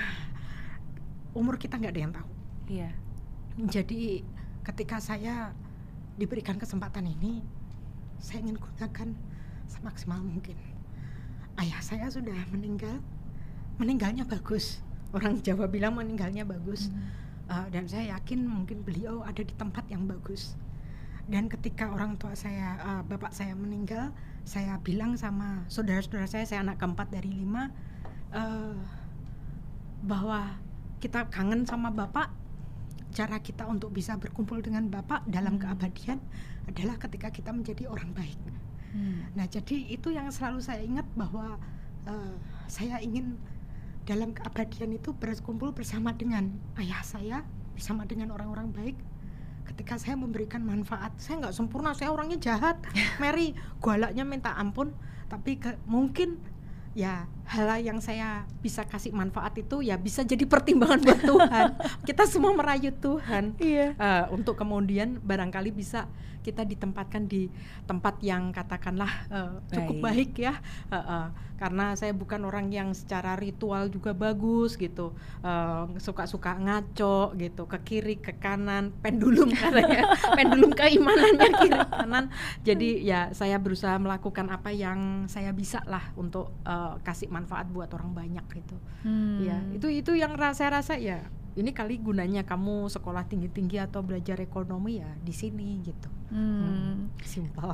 Umur kita gak ada yang tahu. Iya. Jadi ketika saya diberikan kesempatan ini, saya ingin gunakan semaksimal mungkin. Ayah saya sudah meninggal, meninggalnya bagus. Orang Jawa bilang meninggalnya bagus. Hmm. Uh, dan saya yakin mungkin beliau ada di tempat yang bagus. Dan ketika orang tua saya, uh, bapak saya meninggal, saya bilang sama saudara-saudara saya, saya anak keempat dari lima, uh, bahwa kita kangen sama bapak. Cara kita untuk bisa berkumpul dengan bapak dalam hmm. keabadian adalah ketika kita menjadi orang baik. Hmm. Nah, jadi itu yang selalu saya ingat, bahwa uh, saya ingin dalam keabadian itu berkumpul bersama dengan ayah saya, bersama dengan orang-orang baik. Ketika saya memberikan manfaat, saya nggak sempurna, saya orangnya jahat, Mary, galaknya minta ampun, tapi ke, mungkin ya hal yang saya bisa kasih manfaat itu ya bisa jadi pertimbangan buat Tuhan. Kita semua merayu Tuhan. Iya. uh, untuk kemudian barangkali bisa kita ditempatkan di tempat yang katakanlah uh, cukup baik, baik ya, uh, uh, karena saya bukan orang yang secara ritual juga bagus gitu, uh, suka-suka ngaco gitu, ke kiri ke kanan, pendulum karena pendulum keimanannya kiri kanan. Jadi ya saya berusaha melakukan apa yang saya bisa lah untuk uh, kasih manfaat buat orang banyak gitu. Hmm. Ya itu itu yang saya rasa ya ini kali gunanya kamu sekolah tinggi-tinggi atau belajar ekonomi ya di sini gitu. Hmm. Hmm, simpel.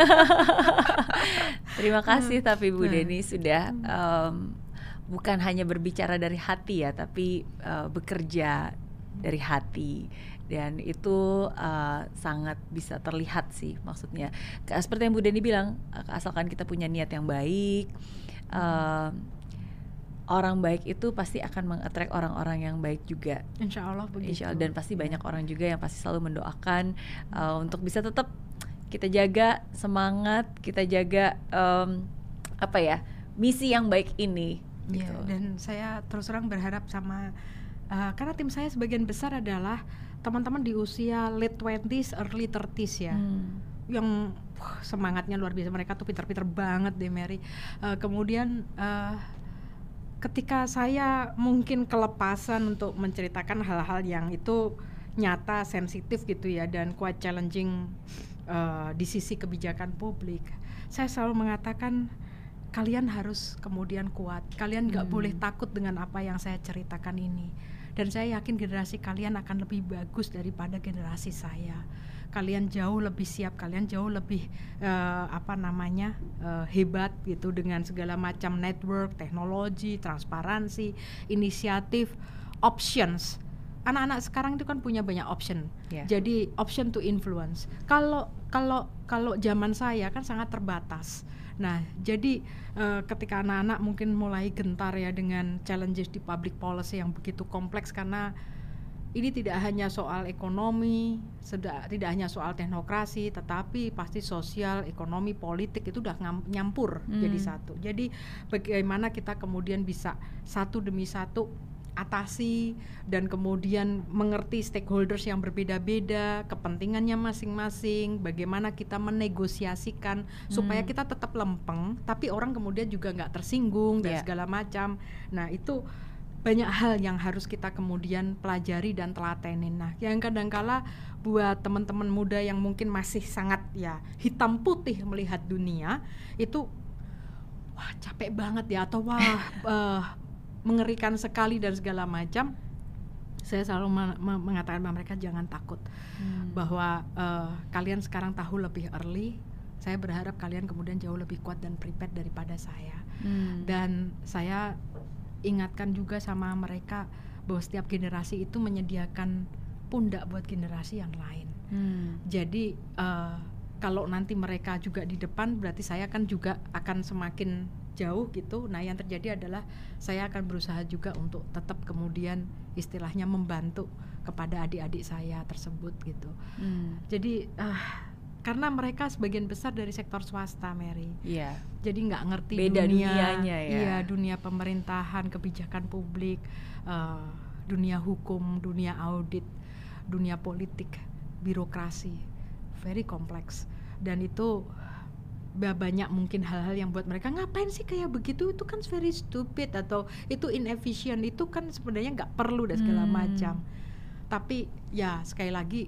Terima kasih hmm. tapi Bu hmm. Deni sudah um, bukan hanya berbicara dari hati ya, tapi uh, bekerja dari hati, dan itu uh, sangat bisa terlihat sih, maksudnya seperti yang Bu Deni bilang, asalkan kita punya niat yang baik, uh, orang baik itu pasti akan meng-attract orang-orang yang baik juga. Insya Allah begitu. Insya Allah, dan pasti banyak orang juga yang pasti selalu mendoakan uh, untuk bisa tetap kita jaga semangat, kita jaga um, apa ya, misi yang baik ini. Iya, gitu. Dan saya terus terang berharap sama uh, karena tim saya sebagian besar adalah teman-teman di usia late twenties, early thirties ya. Hmm. Yang wah, semangatnya luar biasa, mereka tuh pinter-pinter banget deh Mary. Uh, kemudian uh, ketika saya mungkin kelepasan untuk menceritakan hal-hal yang itu nyata, sensitif gitu ya, dan quite challenging uh, di sisi kebijakan publik, saya selalu mengatakan kalian harus kemudian kuat, kalian nggak hmm. boleh takut dengan apa yang saya ceritakan ini, dan saya yakin generasi kalian akan lebih bagus daripada generasi saya. Kalian jauh lebih siap, kalian jauh lebih uh, apa namanya uh, hebat gitu dengan segala macam network, teknologi, transparansi, inisiatif, options. Anak-anak sekarang itu kan punya banyak option. Yeah. Jadi option to influence. Kalau kalau kalau zaman saya kan sangat terbatas. Nah, jadi uh, ketika anak-anak mungkin mulai gentar ya dengan challenges di public policy yang begitu kompleks, karena ini tidak hanya soal ekonomi, seda, tidak hanya soal teknokrasi, tetapi pasti sosial, ekonomi, politik itu udah ngam, nyampur hmm. jadi satu. Jadi bagaimana kita kemudian bisa satu demi satu atasi dan kemudian mengerti stakeholders yang berbeda-beda, kepentingannya masing-masing, bagaimana kita menegosiasikan hmm. supaya kita tetap lempeng, tapi orang kemudian juga nggak tersinggung dan yeah. segala macam. Nah itu banyak hal yang harus kita kemudian pelajari dan telatenin. Nah, yang kadangkala buat teman-teman muda yang mungkin masih sangat ya hitam putih melihat dunia itu, wah capek banget ya, atau wah uh, mengerikan sekali dan segala macam. Saya selalu me- me- mengatakan bahwa mereka jangan takut, hmm. bahwa uh, kalian sekarang tahu lebih early. Saya berharap kalian kemudian jauh lebih kuat dan prepared daripada saya. Hmm. Dan saya ingatkan juga sama mereka bahwa setiap generasi itu menyediakan pundak buat generasi yang lain. Hmm. Jadi uh, kalau nanti mereka juga di depan, berarti saya kan juga akan semakin jauh gitu. Nah yang terjadi adalah saya akan berusaha juga untuk tetap kemudian istilahnya membantu kepada adik-adik saya tersebut gitu. Hmm. Jadi uh, karena mereka sebagian besar dari sektor swasta, Mary. Iya. Jadi nggak ngerti beda dunia, dunianya ya. Iya, dunia pemerintahan, kebijakan publik, uh, dunia hukum, dunia audit, dunia politik, birokrasi, very kompleks. Dan itu banyak mungkin hal-hal yang buat mereka ngapain sih kayak begitu, itu kan very stupid atau itu inefficient, itu kan sebenarnya nggak perlu dan segala hmm. macam. Tapi ya sekali lagi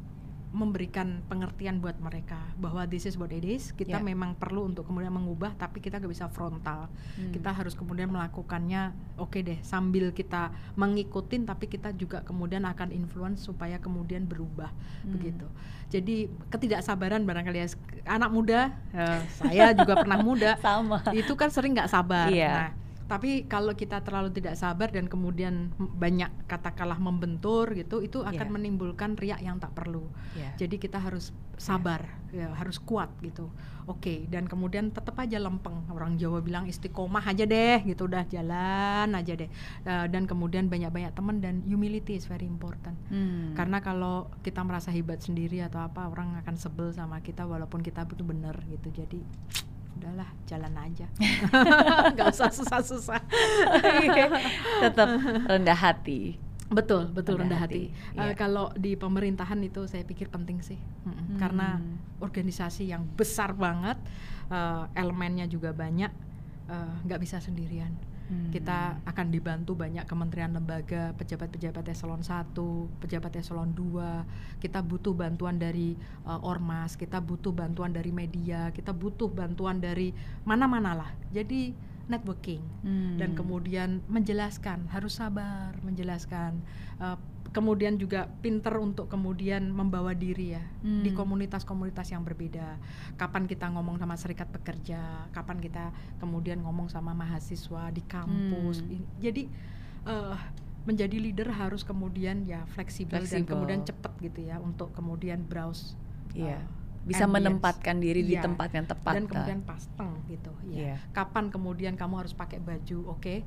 memberikan pengertian buat mereka bahwa this is what it is. Kita yeah. memang perlu untuk kemudian mengubah, tapi kita gak bisa frontal. hmm. Kita harus kemudian melakukannya oke okay deh, sambil kita mengikutin, tapi kita juga kemudian akan influence supaya kemudian berubah. hmm. Begitu. Jadi ketidaksabaran barangkali ya, anak muda, ya, saya juga pernah muda. Sama. Itu kan sering gak sabar. yeah. Nah tapi kalau kita terlalu tidak sabar dan kemudian banyak katakanlah membentur gitu, itu akan yeah. menimbulkan riak yang tak perlu. Yeah. Jadi kita harus sabar, yeah. ya, harus kuat gitu. Oke, okay, dan kemudian tetap aja lempeng. Orang Jawa bilang istiqomah aja deh, gitu udah jalan aja deh. Uh, dan kemudian banyak-banyak teman, dan humility is very important. Hmm. Karena kalau kita merasa hebat sendiri atau apa, orang akan sebel sama kita walaupun kita betul benar gitu. Jadi udahlah, jalan aja, nggak usah susah-susah. Tetap rendah hati. Betul, betul rendah, rendah hati. hati. Uh, yeah. Kalau di pemerintahan itu saya pikir penting sih, hmm. karena organisasi yang besar banget, uh, elemennya juga banyak, nggak uh, bisa sendirian. Hmm. Kita akan dibantu banyak kementerian lembaga, pejabat-pejabat eselon satu, pejabat eselon dua. Kita butuh bantuan dari uh, ormas, kita butuh bantuan dari media, kita butuh bantuan dari mana-mana lah. Jadi networking hmm. dan kemudian menjelaskan, harus sabar menjelaskan. Uh, kemudian juga pinter untuk kemudian membawa diri ya hmm. di komunitas-komunitas yang berbeda. Kapan kita ngomong sama serikat pekerja, kapan kita kemudian ngomong sama mahasiswa di kampus. Hmm. Jadi uh, menjadi leader harus kemudian ya fleksibel dan kemudian cepat gitu ya untuk kemudian browse. Yeah. Uh, bisa ambience. Menempatkan diri yeah. di tempat yang tepat dan kemudian pasteng gitu ya. Yeah. Kapan kemudian kamu harus pakai baju, oke? Okay.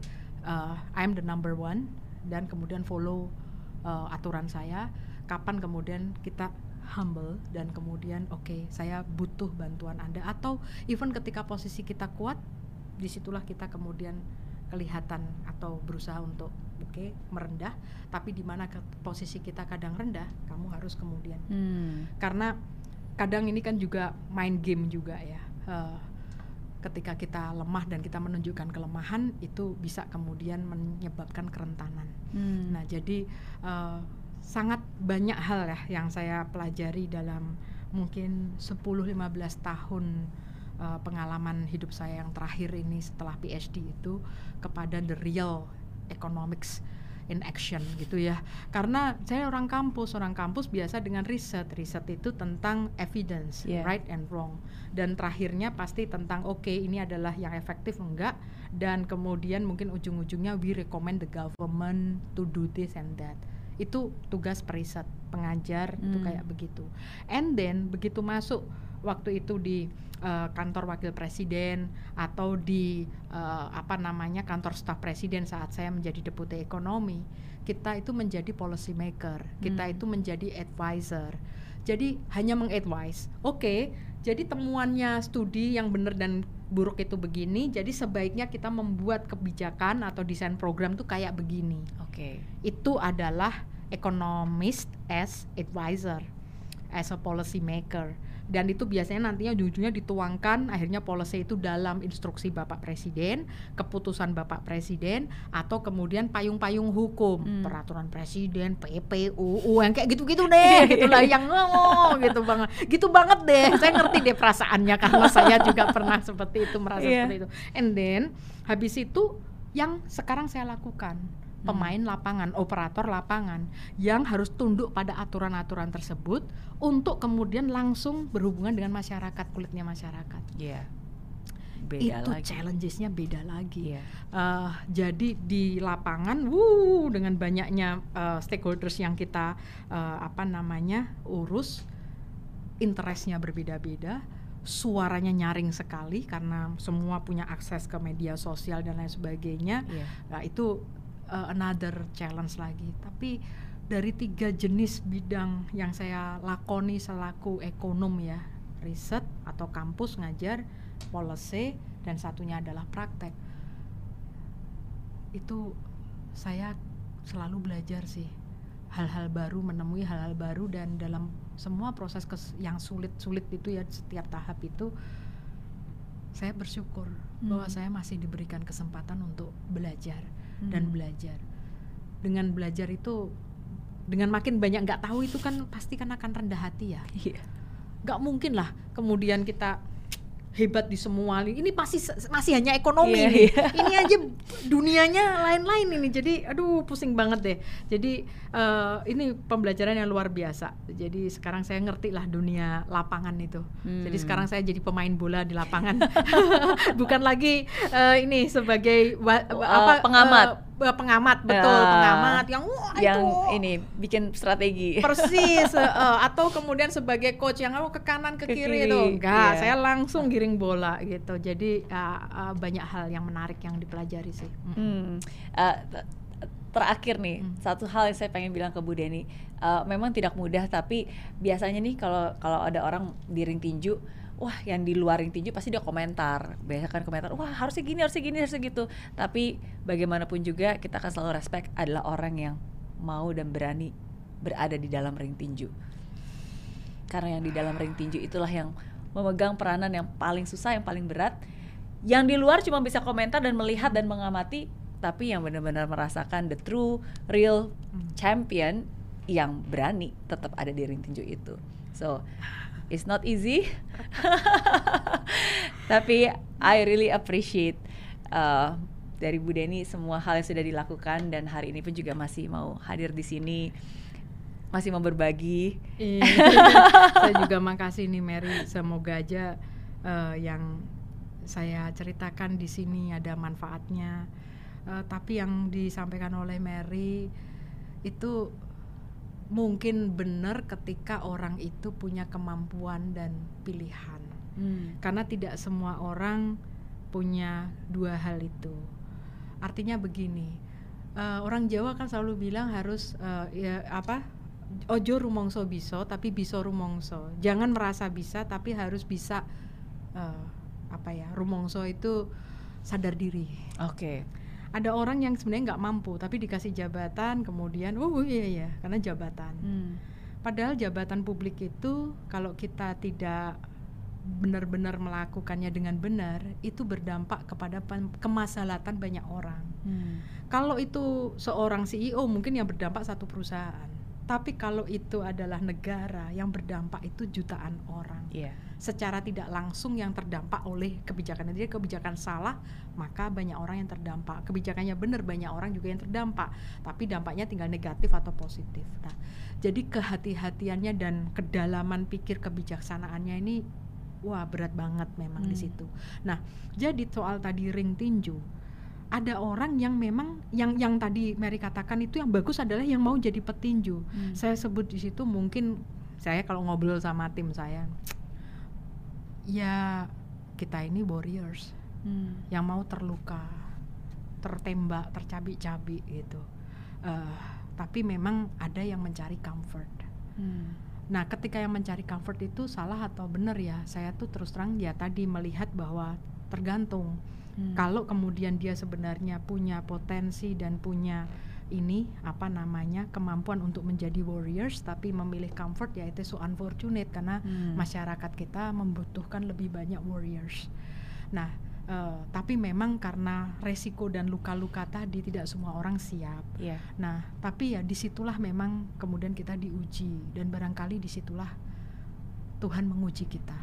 uh, I'm the number one, dan kemudian follow uh, aturan saya. Kapan kemudian kita humble dan kemudian oke okay, saya butuh bantuan Anda, atau even ketika posisi kita kuat, disitulah kita kemudian kelihatan atau berusaha untuk oke okay, merendah, tapi di mana posisi kita kadang rendah, kamu harus kemudian hmm. karena kadang ini kan juga main game juga ya, uh, ketika kita lemah dan kita menunjukkan kelemahan itu bisa kemudian menyebabkan kerentanan. hmm. Nah jadi uh, sangat banyak hal ya yang saya pelajari dalam mungkin sepuluh sampai lima belas tahun uh, pengalaman hidup saya yang terakhir ini setelah P H D itu, kepada the real economics in action gitu ya. Karena saya orang kampus, orang kampus biasa dengan riset. Riset itu tentang evidence, yeah. right and wrong. Dan terakhirnya pasti tentang oke okay, ini adalah yang efektif enggak, dan kemudian mungkin ujung-ujungnya we recommend the government to do this and that. Itu tugas periset, pengajar hmm. itu kayak begitu. And then begitu masuk waktu itu di uh, kantor wakil presiden atau di uh, apa namanya kantor staf presiden saat saya menjadi deputi ekonomi, kita itu menjadi policy maker, kita hmm. itu menjadi advisor. Jadi hanya mengadvise. Oke, okay, jadi temuannya studi yang benar dan buruk itu begini, jadi sebaiknya kita membuat kebijakan atau desain program tuh kayak begini. Oke. Okay. Itu adalah economist as advisor, as a policy maker. Dan itu biasanya nantinya ujung-ujungnya dituangkan akhirnya policy itu dalam instruksi Bapak Presiden, keputusan Bapak Presiden, atau kemudian payung-payung hukum, hmm. peraturan Presiden, P P, U U, yang kayak gitu-gitu deh, gitulah yang oh gitu banget, gitu banget deh. Saya ngerti deh perasaannya karena saya juga pernah seperti itu, merasa yeah. seperti itu. And then habis itu yang sekarang saya lakukan, pemain lapangan, operator lapangan yang harus tunduk pada aturan-aturan tersebut untuk kemudian langsung berhubungan dengan masyarakat, kulitnya masyarakat. Iya. Yeah. Beda itu lagi. Challenges-nya beda lagi. Yeah. Uh, jadi di lapangan, wuh, dengan banyaknya uh, stakeholders yang kita uh, apa namanya urus, interestnya berbeda-beda. Suaranya nyaring sekali karena semua punya akses ke media sosial dan lain sebagainya. Yeah. Nah, itu Uh, another challenge lagi. Tapi dari tiga jenis bidang yang saya lakoni selaku ekonom ya, riset atau kampus ngajar, policy, dan satunya adalah praktek, itu saya selalu belajar sih hal-hal baru, menemui hal-hal baru, dan dalam semua proses kes- yang sulit-sulit itu ya, setiap tahap itu saya bersyukur hmm. bahwa saya masih diberikan kesempatan untuk belajar dan belajar. Dengan belajar itu, dengan makin banyak nggak tahu itu kan pasti kan akan rendah hati ya. Iya. Nggak mungkin lah kemudian kita hebat di semua ini, pasti masih hanya ekonomi yeah, nih. Yeah. Ini aja dunianya lain-lain ini. Jadi aduh pusing banget deh. Jadi uh, ini pembelajaran yang luar biasa. Jadi sekarang saya ngerti lah dunia lapangan itu. Hmm. Jadi sekarang saya jadi pemain bola di lapangan. Bukan lagi uh, ini sebagai wa- uh, apa pengamat. Uh, pengamat betul uh, pengamat yang wah yang itu ini bikin strategi persis uh, atau kemudian sebagai coach yang oh, ke kanan ke, ke kiri, kiri itu enggak, yeah. saya langsung giring bola gitu. Jadi uh, uh, banyak hal yang menarik yang dipelajari sih. hmm. uh, t- terakhir nih hmm. satu hal yang saya pengen bilang ke Bu Deni, uh, memang tidak mudah, tapi biasanya nih kalau kalau ada orang di ring tinju, wah yang di luar ring tinju pasti dia komentar, biasa kan komentar, wah harusnya gini, harusnya gini, harusnya gitu. Tapi bagaimanapun juga kita akan selalu respect adalah orang yang mau dan berani berada di dalam ring tinju. Karena yang di dalam ring tinju itulah yang memegang peranan yang paling susah, yang paling berat. Yang di luar cuma bisa komentar dan melihat dan mengamati, tapi yang benar-benar merasakan the true, real champion yang berani tetap ada di ring tinju itu. So it's not easy, tapi I really appreciate uh, dari Bu Deni semua hal yang sudah dilakukan, dan hari ini pun juga masih mau hadir di sini, masih mau berbagi. Iya, saya juga makasih nih Mary, semoga aja uh, yang saya ceritakan di sini ada manfaatnya. Uh, tapi yang disampaikan oleh Mary itu mungkin benar ketika orang itu punya kemampuan dan pilihan. Hmm. Karena tidak semua orang punya dua hal itu. Artinya begini, uh, orang Jawa kan selalu bilang harus uh, ya apa? Ojo rumongso biso, tapi biso rumongso. Jangan merasa bisa, tapi harus bisa uh, apa ya? Rumongso itu sadar diri. Oke. Okay. Ada orang yang sebenarnya nggak mampu tapi dikasih jabatan, kemudian oh iya iya karena jabatan. Hmm. Padahal jabatan publik itu kalau kita tidak benar-benar melakukannya dengan benar, itu berdampak kepada kemaslahatan banyak orang. Hmm. Kalau itu seorang C E O mungkin yang berdampak satu perusahaan. Tapi kalau itu adalah negara, yang berdampak itu jutaan orang. Yeah. Secara tidak langsung yang terdampak oleh kebijakan. Jadi kebijakan salah, maka banyak orang yang terdampak. Kebijakannya benar, banyak orang juga yang terdampak. Tapi dampaknya tinggal negatif atau positif. Nah, jadi kehati-hatiannya dan kedalaman pikir kebijaksanaannya ini, wah berat banget memang hmm. di situ. Nah, jadi soal tadi ring tinju. Ada orang yang memang yang yang tadi Mary katakan itu yang bagus adalah yang mau jadi petinju. Hmm. Saya sebut di situ mungkin saya kalau ngobrol sama tim saya, ya kita ini warriors hmm. yang mau terluka, tertembak, tercabik-cabik gitu. Uh, tapi memang ada yang mencari comfort. Hmm. Nah, ketika yang mencari comfort itu salah atau benar ya? Saya tuh terus terang ya tadi melihat bahwa tergantung. Hmm. Kalau kemudian dia sebenarnya punya potensi dan punya ini apa namanya kemampuan untuk menjadi warriors tapi memilih comfort, ya itu so unfortunate karena hmm. masyarakat kita membutuhkan lebih banyak warriors. Nah, uh, tapi memang karena resiko dan luka-luka tadi tidak semua orang siap. Yeah. Nah, tapi ya disitulah memang kemudian kita diuji dan barangkali disitulah Tuhan menguji kita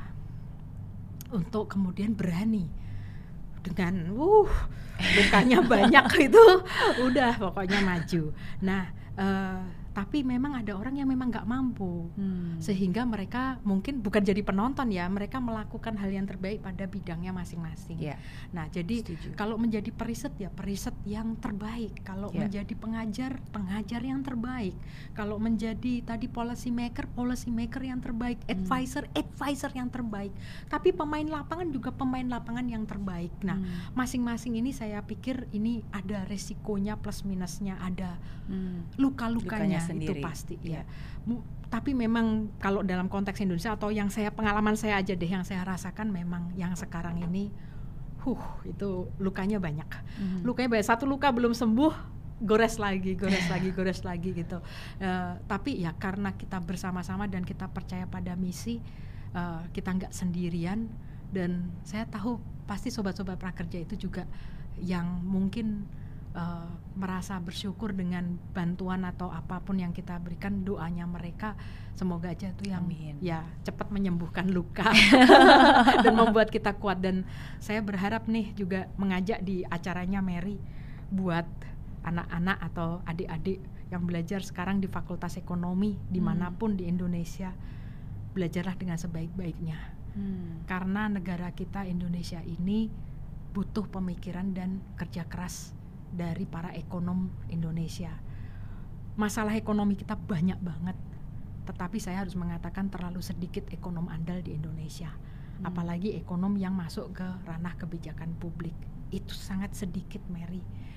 untuk kemudian berani dengan uh lukanya banyak itu udah pokoknya maju. Nah uh, tapi memang ada orang yang memang nggak mampu hmm. sehingga mereka mungkin bukan jadi penonton ya, mereka melakukan hal yang terbaik pada bidangnya masing-masing. Yeah. Nah jadi Setuju. Kalau menjadi periset ya periset yang terbaik, kalau yeah. menjadi pengajar pengajar yang terbaik, kalau menjadi tadi policy maker policy maker yang terbaik, hmm. advisor advisor yang terbaik, tapi pemain lapangan juga pemain lapangan yang terbaik. Nah hmm. masing-masing ini saya pikir ini ada resikonya plus minusnya, ada hmm. luka-lukanya sendiri. Itu pasti ya. M- tapi memang kalau dalam konteks Indonesia atau yang saya pengalaman saya aja deh yang saya rasakan memang yang sekarang ini huh itu lukanya banyak. Mm-hmm. Lukanya banyak, satu luka belum sembuh gores lagi, gores lagi, gores lagi gitu. Uh, tapi ya karena kita bersama-sama dan kita percaya pada misi, uh, kita nggak sendirian dan saya tahu pasti sobat-sobat prakerja itu juga yang mungkin Uh, merasa bersyukur dengan bantuan atau apapun yang kita berikan, doanya mereka semoga aja tuh yang Amin. Ya cepat menyembuhkan luka dan membuat kita kuat. Dan saya berharap nih juga mengajak di acaranya Mary buat anak-anak atau adik-adik yang belajar sekarang di Fakultas Ekonomi dimanapun hmm. di Indonesia, belajarlah dengan sebaik-baiknya hmm. karena negara kita Indonesia ini butuh pemikiran dan kerja keras dari para ekonom Indonesia. Masalah ekonomi kita banyak banget, tetapi saya harus mengatakan terlalu sedikit ekonom andal di Indonesia. Hmm. Apalagi ekonom yang masuk ke ranah kebijakan publik, itu sangat sedikit, Mary.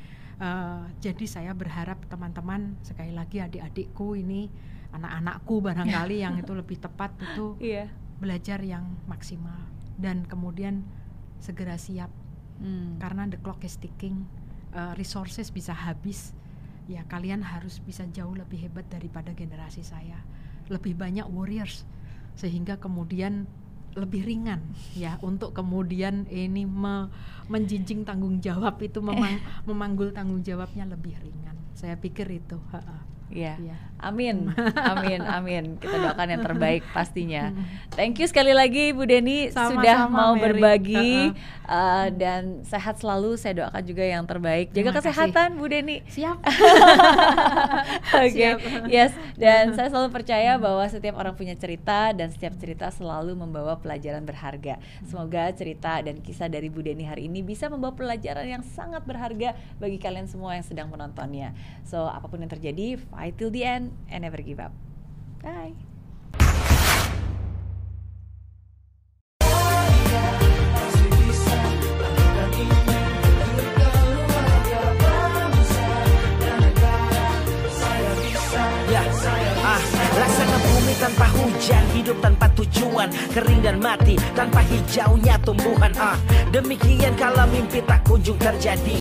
Uh, jadi saya berharap teman-teman, sekali lagi adik-adikku ini, anak-anakku barangkali yang itu lebih tepat itu yeah. belajar yang maksimal dan kemudian segera siap hmm. karena the clock is ticking. Uh, resources bisa habis, ya kalian harus bisa jauh lebih hebat daripada generasi saya, lebih banyak warriors sehingga kemudian lebih ringan ya untuk kemudian ini me, menjinjing tanggung jawab itu memang, memanggul tanggung jawabnya lebih ringan. Saya pikir itu. Iya, yeah. Amin, amin, amin. Kita doakan yang terbaik pastinya. Thank you sekali lagi Bu Denny sudah mau Mary. berbagi uh-uh. uh, dan sehat selalu. Saya doakan juga yang terbaik. Jaga Terima kesehatan kasih. Bu Denny. Siap. Oke, okay. Yes. Dan saya selalu percaya bahwa setiap orang punya cerita dan setiap cerita selalu membawa pelajaran berharga. Semoga cerita dan kisah dari Bu Denny hari ini bisa membawa pelajaran yang sangat berharga bagi kalian semua yang sedang menontonnya. So apapun yang terjadi, fight till the end and never give up. Bye. ah, laksana bumi tanpa hujan, hidup tanpa tujuan, kering dan mati tanpa hijaunya tumbuhan. ah, Demikian kalau mimpi tak kunjung terjadi,